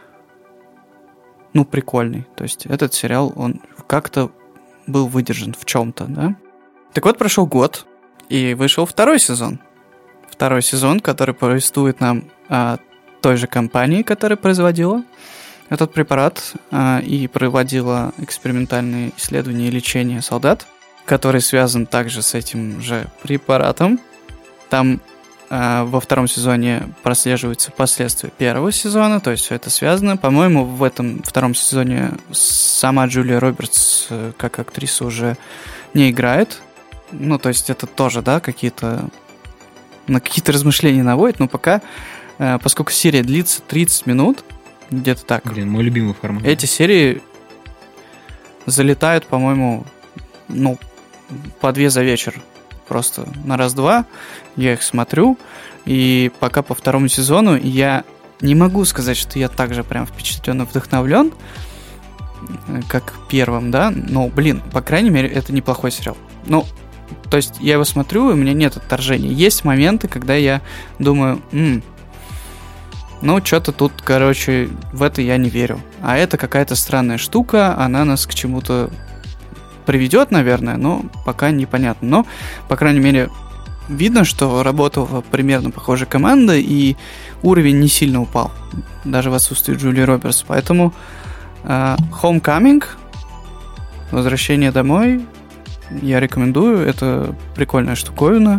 ну, прикольный. То есть этот сериал, он как-то был выдержан в чем-то, да? Так вот, прошел год, и вышел второй сезон. Второй сезон, который повествует нам о той же компании, которая производила этот препарат и проводила экспериментальные исследования и лечение солдат, который связан также с этим же препаратом. Там во втором сезоне прослеживаются последствия первого сезона, то есть все это связано. По-моему, в этом втором сезоне сама Джулия Робертс как актриса уже не играет. Ну, то есть это тоже, да, какие-то размышления наводит, но пока, поскольку серия длится 30 минут, где-то так. Блин, мой любимый формат. Эти серии залетают, по-моему, ну, по 2 за вечер. Просто на раз-два я их смотрю, и пока по второму сезону я не могу сказать, что я также прям впечатлен и вдохновлен, как первым, да, но, блин, по крайней мере, это неплохой сериал. Ну, то есть я его смотрю, и у меня нет отторжения. Есть моменты, когда я думаю, ну, что-то тут, короче, в это я не верю. А это какая-то странная штука, она нас к чему-то приведет, наверное, но пока непонятно. Но, по крайней мере, видно, что работала примерно похожая команда, и уровень не сильно упал, даже в отсутствии Джулии Робертс. Поэтому Homecoming, возвращение домой, я рекомендую. Это прикольная штуковина.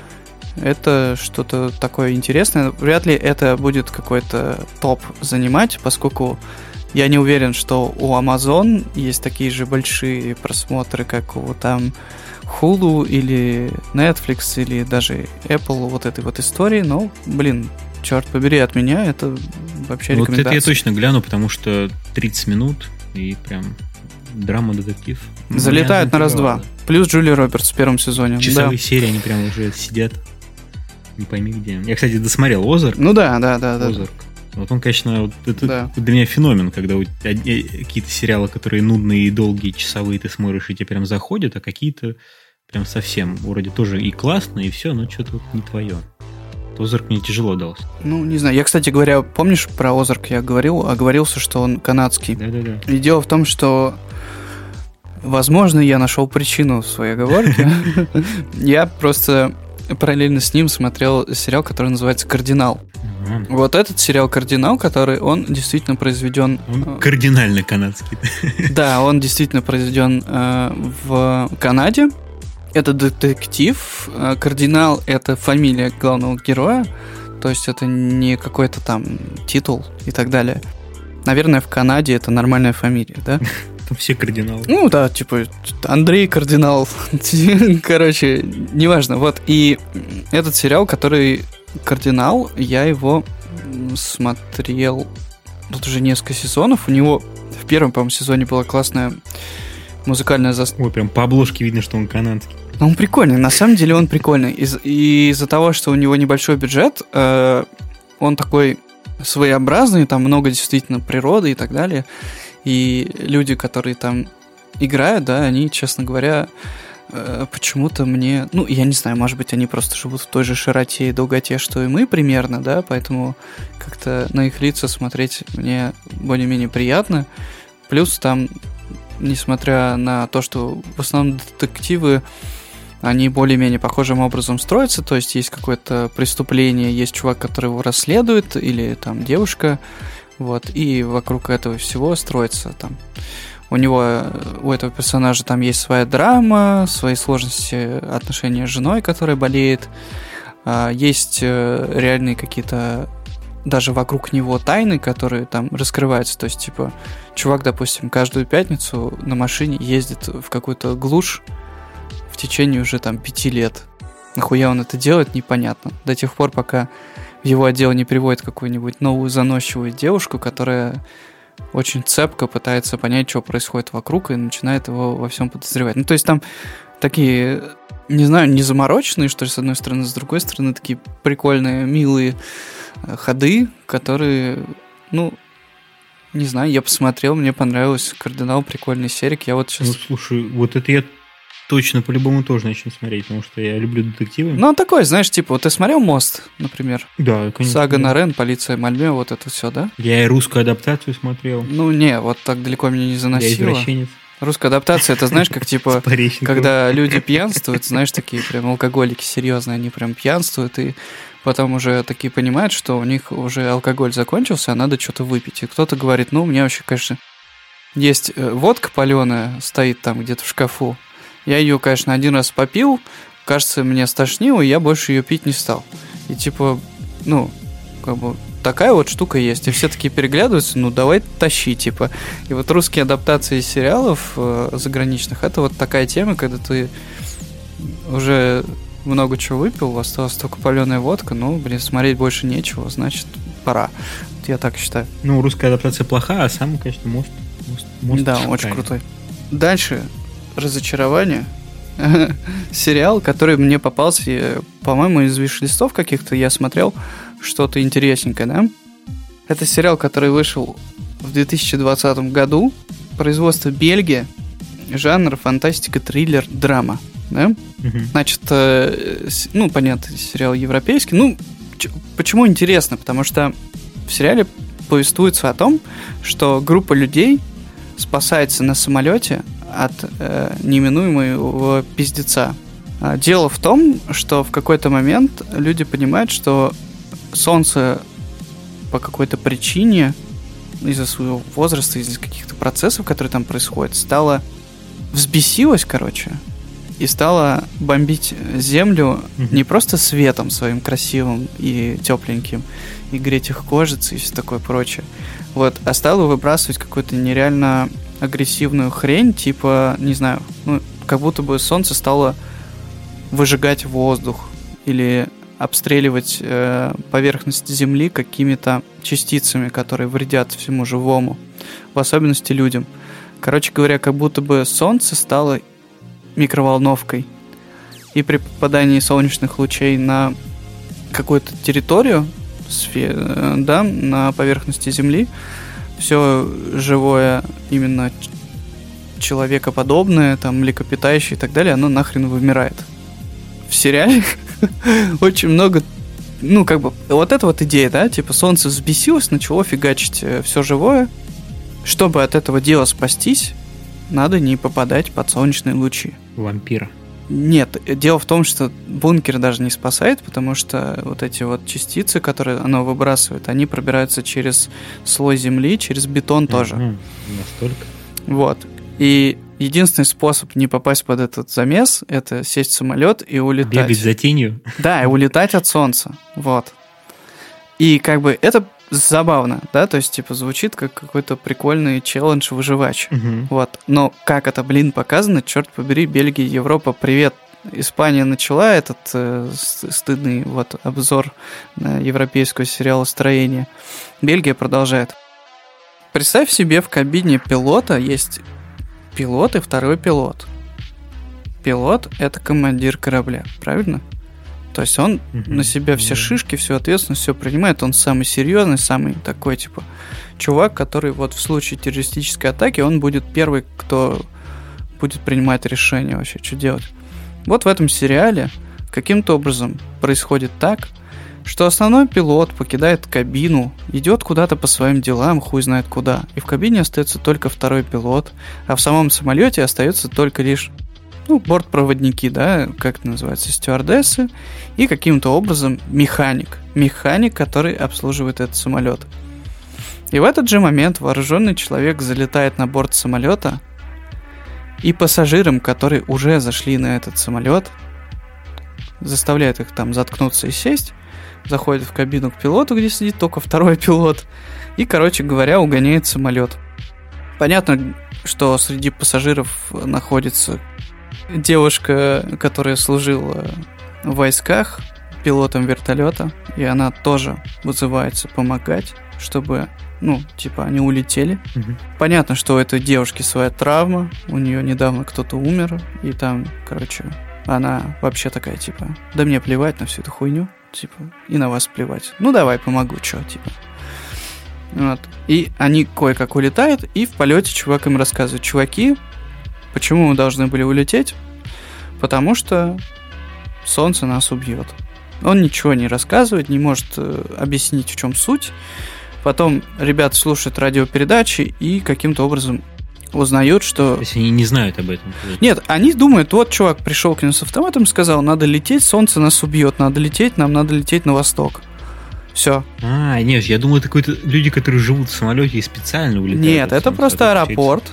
Это что-то такое интересное. Вряд ли это будет какой-то топ занимать, поскольку я не уверен, что у Amazon есть такие же большие просмотры, как у там Hulu или Netflix или даже Apple, вот этой вот истории. Но, блин, черт побери, от меня это вообще рекомендация. Вот это я точно гляну, потому что 30 минут и прям драма-детектив. Залетают на раз-два. Плюс Джулия Робертс в первом сезоне. Часовые серии, они прям уже сидят. Не пойми где. Я, кстати, досмотрел Озарк. Ну да. Озарк. Вот он, конечно, это для меня феномен, когда какие-то сериалы, которые нудные и долгие, часовые, ты смотришь, и тебе прям заходят, а какие-то прям совсем вроде тоже и классные, и все, но что-то не твое. «Озарк» мне тяжело дался. Ну, не знаю. Я, кстати говоря, помнишь, про «Озарк» я говорил? Оговорился, что он канадский. Да-да-да. И дело в том, что, возможно, я нашел причину в своей оговорке. Я просто параллельно с ним смотрел сериал, который называется «Кардинал». Вот этот сериал «Кардинал», который, он действительно произведен... Он кардинально канадский. Да, он действительно произведен в Канаде. Это детектив. Кардинал — это фамилия главного героя. То есть это не какой-то там титул и так далее. Наверное, в Канаде это нормальная фамилия, да? Там все кардиналы. Ну да, типа Андрей Кардинал. Короче, неважно. Вот, и этот сериал, который «Кардинал», я его смотрел тут уже несколько сезонов. У него в первом, по-моему, сезоне была классная музыкальная заставка. Ой, прям по обложке видно, что он канадский. Ну, он прикольный, на самом деле он прикольный. Из-за того, что у него небольшой бюджет, он такой своеобразный, там много действительно природы и так далее. И люди, которые там играют, да, они, честно говоря, почему-то мне... Ну, я не знаю, может быть, они просто живут в той же широте и долготе, что и мы примерно, да, поэтому как-то на их лица смотреть мне более-менее приятно. Плюс там, несмотря на то, что в основном детективы, они более-менее похожим образом строятся, то есть есть какое-то преступление, есть чувак, который его расследует, или там девушка, вот, и вокруг этого всего строится там. У этого персонажа там есть своя драма, свои сложности отношения с женой, которая болеет, есть реальные какие-то даже вокруг него тайны, которые там раскрываются, то есть, типа, чувак, допустим, каждую пятницу на машине ездит в какую-то глушь в течение уже там 5 лет. Нахуя он это делает, непонятно. До тех пор, пока в его отдел не приводит какую-нибудь новую заносчивую девушку, которая очень цепко пытается понять, что происходит вокруг, и начинает его во всем подозревать. Ну, то есть там такие, не знаю, не замороченные, что ли, с одной стороны, с другой стороны, такие прикольные, милые ходы, которые, ну, не знаю, я посмотрел, мне понравилось. «Кардинал» — прикольный серик. Я вот сейчас... Ну, слушай, вот это я точно по-любому тоже начну смотреть, потому что я люблю детективы. Ну, он такой, знаешь, типа, вот ты смотрел «Мост», например? Да, конечно. «Сага да. Норен», «Полиция Мальме», вот это все, да? Я и русскую адаптацию смотрел. Ну, не, вот так далеко меня не заносило. Я извращенец. Русская адаптация, это, знаешь, как, типа, когда люди пьянствуют, знаешь, такие прям алкоголики серьезные, они прям пьянствуют, и потом уже такие понимают, что у них уже алкоголь закончился, а надо что-то выпить. И кто-то говорит, ну, у меня вообще, конечно, есть водка паленая, стоит там где-то в шкафу. Я ее, конечно, один раз попил, кажется, меня стошнило, и я больше ее пить не стал. И типа, ну, как бы такая вот штука есть. И все такие переглядываются, ну давай тащи, типа. И вот русские адаптации сериалов заграничных, это вот такая тема, когда ты уже много чего выпил, осталась только паленая водка, ну, блин, смотреть больше нечего, значит, пора. Вот я так считаю. Ну, русская адаптация плохая, а сам, конечно, мост да, шикарный. Очень крутой. Дальше разочарование. Сериал, который мне попался, по-моему, из виш-листов каких-то я смотрел что-то интересненькое, да? Это сериал, который вышел в 2020 году. Производство Бельгия. Жанр фантастика, триллер, драма. Да? Значит, ну, понятно, сериал европейский. Ну, почему интересно? Потому что в сериале повествуется о том, что группа людей спасается на самолете от неминуемого пиздеца. Дело в том, что в какой-то момент люди понимают, что Солнце по какой-то причине, из-за своего возраста, из-за каких-то процессов, которые там происходят, взбесилось, короче, и стало бомбить Землю не просто светом своим красивым и тепленьким, и греть их кожицы и все такое прочее, вот, а стало выбрасывать какую-то нереально агрессивную хрень, типа, не знаю, ну, как будто бы Солнце стало выжигать воздух или обстреливать поверхность Земли какими-то частицами, которые вредят всему живому, в особенности людям. Короче говоря, как будто бы Солнце стало микроволновкой, и при попадании солнечных лучей на какую-то территорию да, на поверхности Земли. Все живое, именно человекоподобное, там, млекопитающее и так далее, оно нахрен вымирает. В сериале очень много, ну, как бы, вот эта вот идея, да, типа, солнце взбесилось, начало фигачить все живое. Чтобы от этого дела спастись, надо не попадать под солнечные лучи. Вампира. Нет, дело в том, что бункер даже не спасает, потому что вот эти вот частицы, которые оно выбрасывает, они пробираются через слой земли, через бетон тоже. Настолько. Вот. И единственный способ не попасть под этот замес — это сесть в самолет и улетать. Бегать за тенью. Да, и улетать от солнца. Вот. И как бы это забавно, да, то есть, типа, звучит как какой-то прикольный челлендж выживач. Вот. Но как это, показано, черт побери, Бельгия, Европа, привет. Испания начала этот стыдный вот обзор на европейское сериалостроение. Бельгия продолжает. Представь себе, в кабине пилота есть пилот и второй пилот. Пилот — это командир корабля, правильно? То есть он на себя все шишки, всю ответственность, все принимает. Он самый серьезный, самый такой, типа, чувак, который вот в случае террористической атаки, он будет первый, кто будет принимать решение вообще, что делать. Вот в этом сериале каким-то образом происходит так, что основной пилот покидает кабину, идет куда-то по своим делам, хуй знает куда. И в кабине остается только второй пилот, а в самом самолете остается только лишь бортпроводники, да, как это называется, стюардессы, и каким-то образом механик, который обслуживает этот самолет. И в этот же момент вооруженный человек залетает на борт самолета, и пассажирам, которые уже зашли на этот самолет, заставляет их там заткнуться и сесть, заходит в кабину к пилоту, где сидит только второй пилот, и, короче говоря, угоняет самолет. Понятно, что среди пассажиров находится девушка, которая служила в войсках, пилотом вертолета, и она тоже вызывается помогать, чтобы, они улетели. Понятно, что у этой девушки своя травма, у нее недавно кто-то умер, и там, она вообще такая, да мне плевать на всю эту хуйню, и на вас плевать. Давай, помогу, Вот. И они кое-как улетают, и в полете чувак им рассказывает: чуваки, почему мы должны были улететь? Потому что солнце нас убьет. Он ничего не рассказывает, не может объяснить, в чем суть. Потом ребята слушают радиопередачи и каким-то образом узнают, что... То есть они не знают об этом? Нет, они думают, вот чувак пришел к ним с автоматом и сказал: надо лететь, солнце нас убьет, надо лететь, нам надо лететь на восток. Все. Нет, я думал, это какие-то люди, которые живут в самолете и специально улетают. Нет, это просто аэропорт.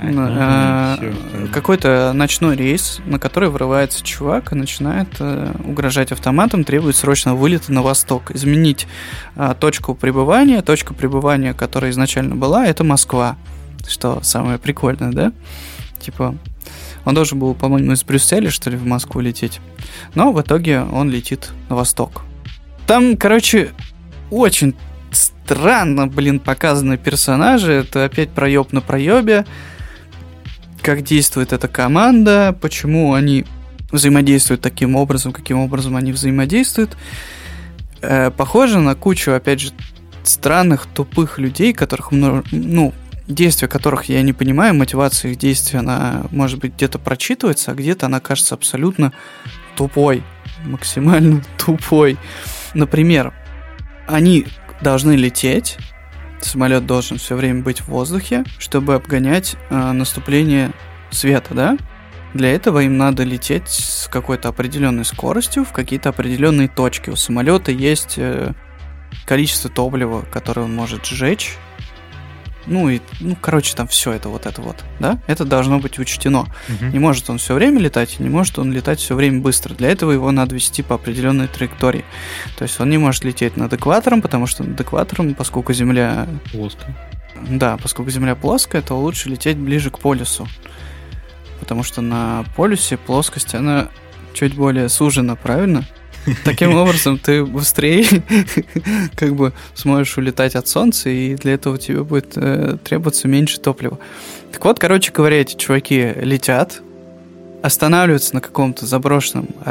Какой-то ночной рейс, на который врывается чувак и начинает угрожать автоматом, требует срочного вылета на восток. Изменить точку пребывания. Точка пребывания, которая изначально была, это Москва. Что самое прикольное, да? Он должен был, по-моему, из Брюсселя, что ли, в Москву лететь. Но в итоге он летит на восток. Там, очень странно, показаны персонажи. Это опять проеб на проебе. Как действует эта команда, почему они взаимодействуют таким образом, каким образом они взаимодействуют. Похоже на кучу, опять же, странных, тупых людей, которых, действия которых я не понимаю, мотивация их действия, она, может быть, где-то прочитывается, а где-то она кажется абсолютно тупой, максимально тупой. Например, они должны лететь, самолет должен все время быть в воздухе, чтобы обгонять наступление света, да? Для этого им надо лететь с какой-то определенной скоростью в какие-то определенные точки. У самолета есть количество топлива, которое он может сжечь. Там все это вот, да? Это должно быть учтено. Не может он все время летать, не может он летать все время быстро. Для этого его надо вести по определенной траектории. То есть он не может лететь над экватором, потому что над экватором, поскольку Земля... Плоская. Да, поскольку Земля плоская, то лучше лететь ближе к полюсу. Потому что на полюсе плоскость, она чуть более сужена, правильно? Таким образом, ты быстрее сможешь улетать от Солнца, и для этого тебе будет требоваться меньше топлива. Так вот, эти чуваки летят, останавливаются на каком-то заброшенном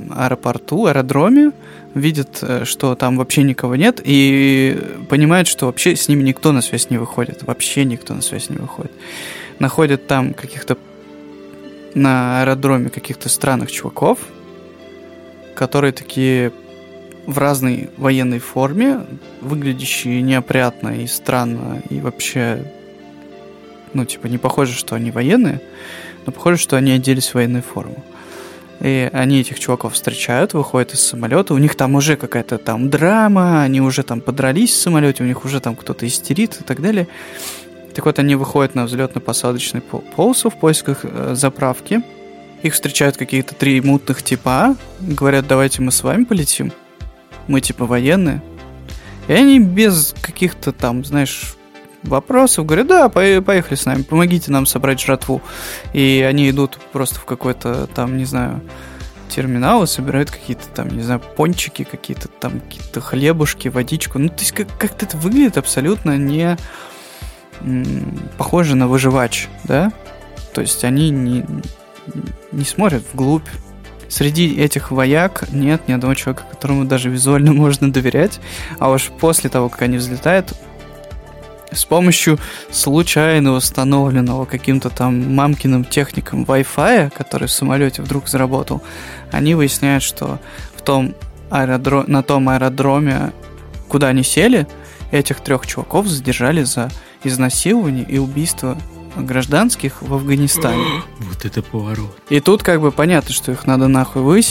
аэропорту, аэродроме, видят, что там вообще никого нет, и понимают, что вообще с ними никто на связь не выходит. Вообще никто на связь не выходит. Находят там каких-то на аэродроме каких-то странных чуваков, которые такие в разной военной форме, выглядящие неопрятно и странно, и вообще, не похоже, что они военные, но похоже, что они оделись в военную форму. И они этих чуваков встречают, выходят из самолета, у них там уже какая-то там драма, они уже там подрались в самолете, у них уже там кто-то истерит и так далее. Так вот, они выходят на взлетно-посадочную полосу в поисках заправки. Их встречают какие-то 3 мутных типа, говорят, давайте мы с вами полетим. Мы типа военные. И они без каких-то там, вопросов говорят, да, поехали с нами, помогите нам собрать жратву. И они идут просто в какой-то там, терминал и собирают какие-то там, пончики, какие-то хлебушки, водичку. То есть как-то это выглядит абсолютно не похоже на выживач, да? То есть они не смотрят вглубь. Среди этих вояк нет ни одного человека, которому даже визуально можно доверять. А уж после того, как они взлетают, с помощью случайно установленного каким-то там мамкиным техником Wi-Fi, который в самолете вдруг заработал, они выясняют, что на том аэродроме, куда они сели, этих 3 чуваков задержали за изнасилование и убийство гражданских в Афганистане. Вот это поворот. И тут понятно, что их надо нахуй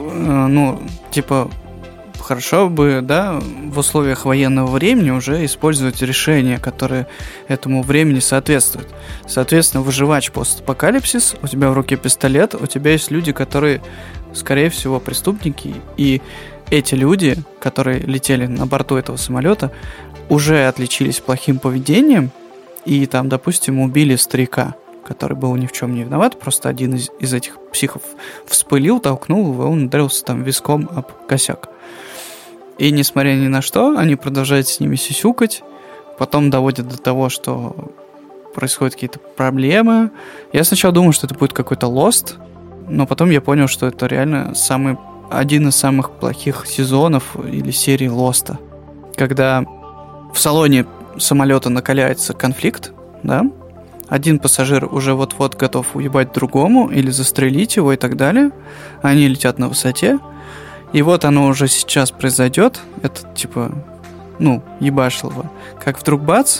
хорошо бы, да, в условиях военного времени уже использовать решения, которые этому времени соответствуют. Соответственно, выживач постапокалипсис, у тебя в руке пистолет, у тебя есть люди, которые, скорее всего, преступники, и эти люди, которые летели на борту этого самолета, уже отличились плохим поведением, и там, допустим, убили старика, который был ни в чем не виноват, просто один из этих психов вспылил, толкнул его, он ударился там виском об косяк. И несмотря ни на что, они продолжают с ними сисюкать, потом доводят до того, что происходят какие-то проблемы. Я сначала думал, что это будет какой-то Lost, но потом я понял, что это реально один из самых плохих сезонов или серий Lost. Когда в салоне самолета накаляется конфликт, да, один пассажир уже вот-вот готов уебать другому или застрелить его и так далее, они летят на высоте, и вот оно уже сейчас произойдет, это ебашилово, как вдруг бац,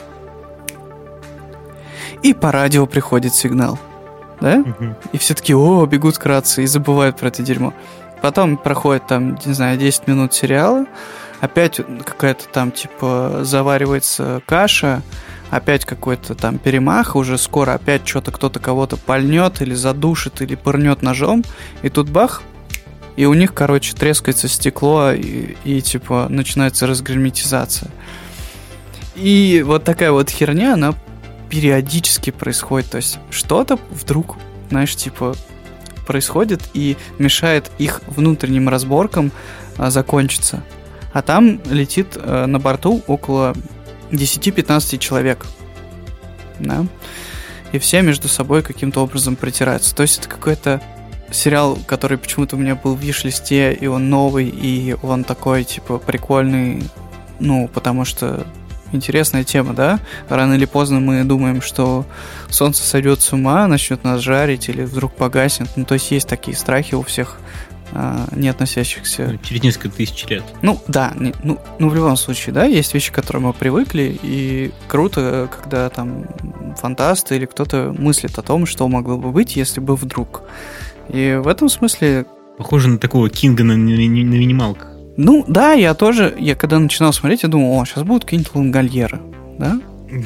и по радио приходит сигнал, да, и все таки бегут к рации и забывают про это дерьмо. Потом проходит 10 минут сериала, опять какая-то там, заваривается каша, опять какой-то там перемах, уже скоро опять что-то кто-то кого-то пальнет или задушит, или пырнет ножом, и тут бах, и у них, трескается стекло, и начинается разгерметизация. И вот такая вот херня, она периодически происходит, то есть что-то вдруг, происходит и мешает их внутренним разборкам закончиться. А там летит на борту около 10-15 человек. Да? И все между собой каким-то образом притираются. То есть это какой-то сериал, который почему-то у меня был в виш-листе, и он новый, и он такой, прикольный, потому что интересная тема, да? Рано или поздно мы думаем, что солнце сойдет с ума, начнет нас жарить, или вдруг погаснет. То есть есть такие страхи у всех, не относящихся... Через несколько тысяч лет. В любом случае, да, есть вещи, к которым мы привыкли, и круто, когда там фантасты или кто-то мыслит о том, что могло бы быть, если бы вдруг. И в этом смысле... Похоже на такого Кинга на минималках. Я когда начинал смотреть, я думал, сейчас будут какие-нибудь лонгольеры, да?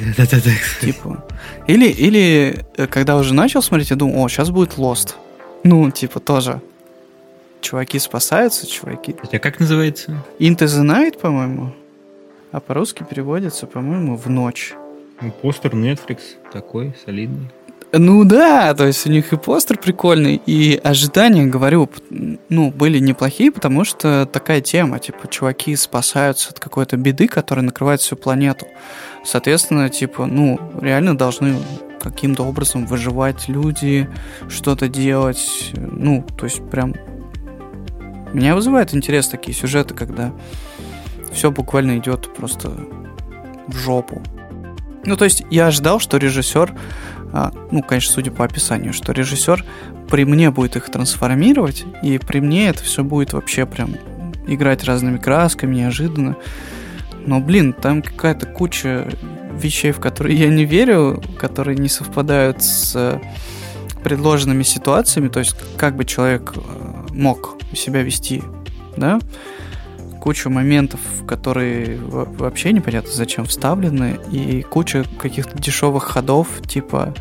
Да. Или когда уже начал смотреть, я думал, сейчас будет Lost. Тоже. Чуваки спасаются, чуваки. А как называется? Into the Night, по-моему. А по-русски переводится, по-моему, в ночь. Постер Netflix такой, солидный. Да, то есть у них и постер прикольный, и ожидания, говорю, были неплохие, потому что такая тема, чуваки спасаются от какой-то беды, которая накрывает всю планету. Соответственно, реально должны каким-то образом выживать люди, что-то делать, то есть прям Меня вызывает интерес такие сюжеты, когда все буквально идет просто в жопу. Ну, то есть я ожидал, что режиссер, ну, конечно, судя по описанию, что режиссер при мне будет их трансформировать, и при мне это все будет вообще прям играть разными красками, неожиданно. Но, блин, там какая-то куча вещей, в которые я не верю, которые не совпадают с предложенными ситуациями, то есть как бы человек мог себя вести, да? Куча моментов, которые вообще непонятно зачем вставлены, и куча каких-то дешевых ходов, типа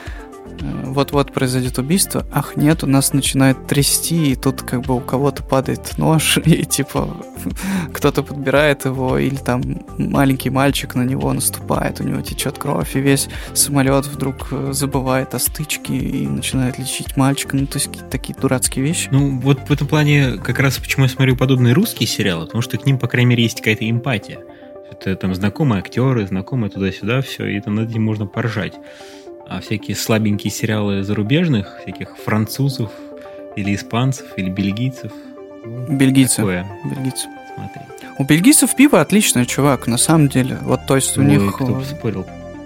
вот-вот произойдет убийство, ах нет, у нас начинает трясти, и тут как бы у кого-то падает нож, и типа кто-то подбирает его, или там маленький мальчик на него наступает, у него течет кровь, и весь самолет вдруг забывает о стычке и начинает лечить мальчика, ну то есть какие-то такие дурацкие вещи. Ну вот в этом плане как раз почему я смотрю подобные русские сериалы, потому что к ним, по крайней мере, есть какая-то эмпатия. Это там знакомые актеры, знакомые туда-сюда, все, и там над этим можно поржать. А всякие слабенькие сериалы зарубежных, всяких французов или испанцев, или бельгийцев. Бельгийцы. Такое. Бельгийцы. Смотри. У бельгийцев пиво отличное, чувак, на самом деле. Вот, то есть у них... Кто бы спорил.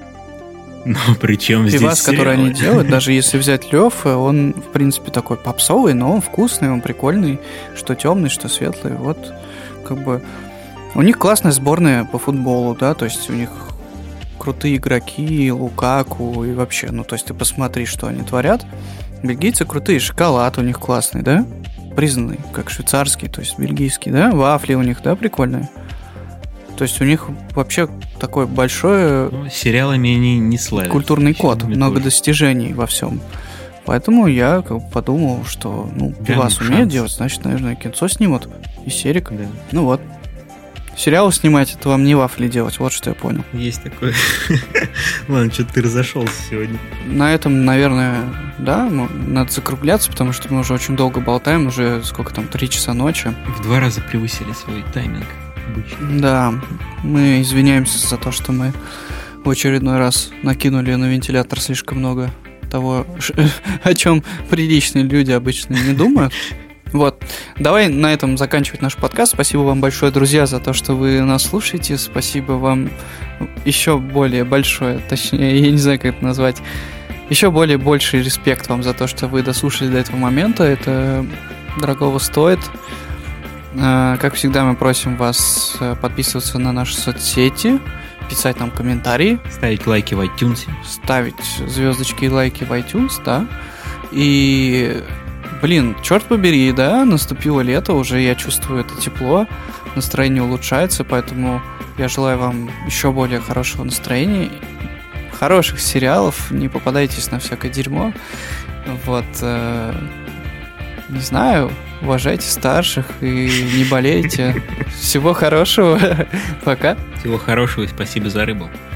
Ну, причем здесь пивас, который сериалы? они делают, даже если взять Лёв, он, в принципе, такой попсовый, но он вкусный, он прикольный, что темный, что светлый. Вот, как бы... У них классная сборная по футболу, да, то есть у них крутые игроки, Лукаку и вообще, ну, то есть ты посмотри, что они творят. Бельгийцы крутые, шоколад у них классный, да? Признанный, как швейцарский, то есть бельгийский, да? Вафли у них, да, прикольные? То есть у них вообще такое большое... Ну, сериалами они не славятся. Культурный код, Сериалами много тоже. достижений во всем. Поэтому я как бы подумал, что, ну, пивас умеет делать, значит, наверное, кинцо снимут. И серик. Да. Ну вот. Сериалы снимать, это вам не вафли делать, вот что я понял. Есть такое. Ладно, что-то ты разошелся сегодня. На этом, наверное, да, надо закругляться, потому что мы уже очень долго болтаем, уже сколько там, 3 часа ночи. В 2 раза превысили свой тайминг обычно. Да, мы извиняемся за то, что мы в очередной раз накинули на вентилятор слишком много того, о чем приличные люди обычно не думают. Вот, давай на этом заканчивать наш подкаст. Спасибо вам большое, друзья, за то, что вы нас слушаете. Спасибо вам еще более большое, точнее, я не знаю, как это назвать, еще более больший респект вам за то, что вы дослушали до этого момента. Это дорогого стоит. Как всегда, мы просим вас подписываться на наши соцсети, писать нам комментарии, Ставить лайки в iTunes. ставить звездочки и лайки в iTunes, да. И... Блин, черт побери, да, наступило лето, уже я чувствую это тепло, настроение улучшается, поэтому я желаю вам еще более хорошего настроения, хороших сериалов, не попадайтесь на всякое дерьмо, вот, не знаю, уважайте старших и не болейте. Всего хорошего, пока. Всего хорошего и спасибо за рыбу.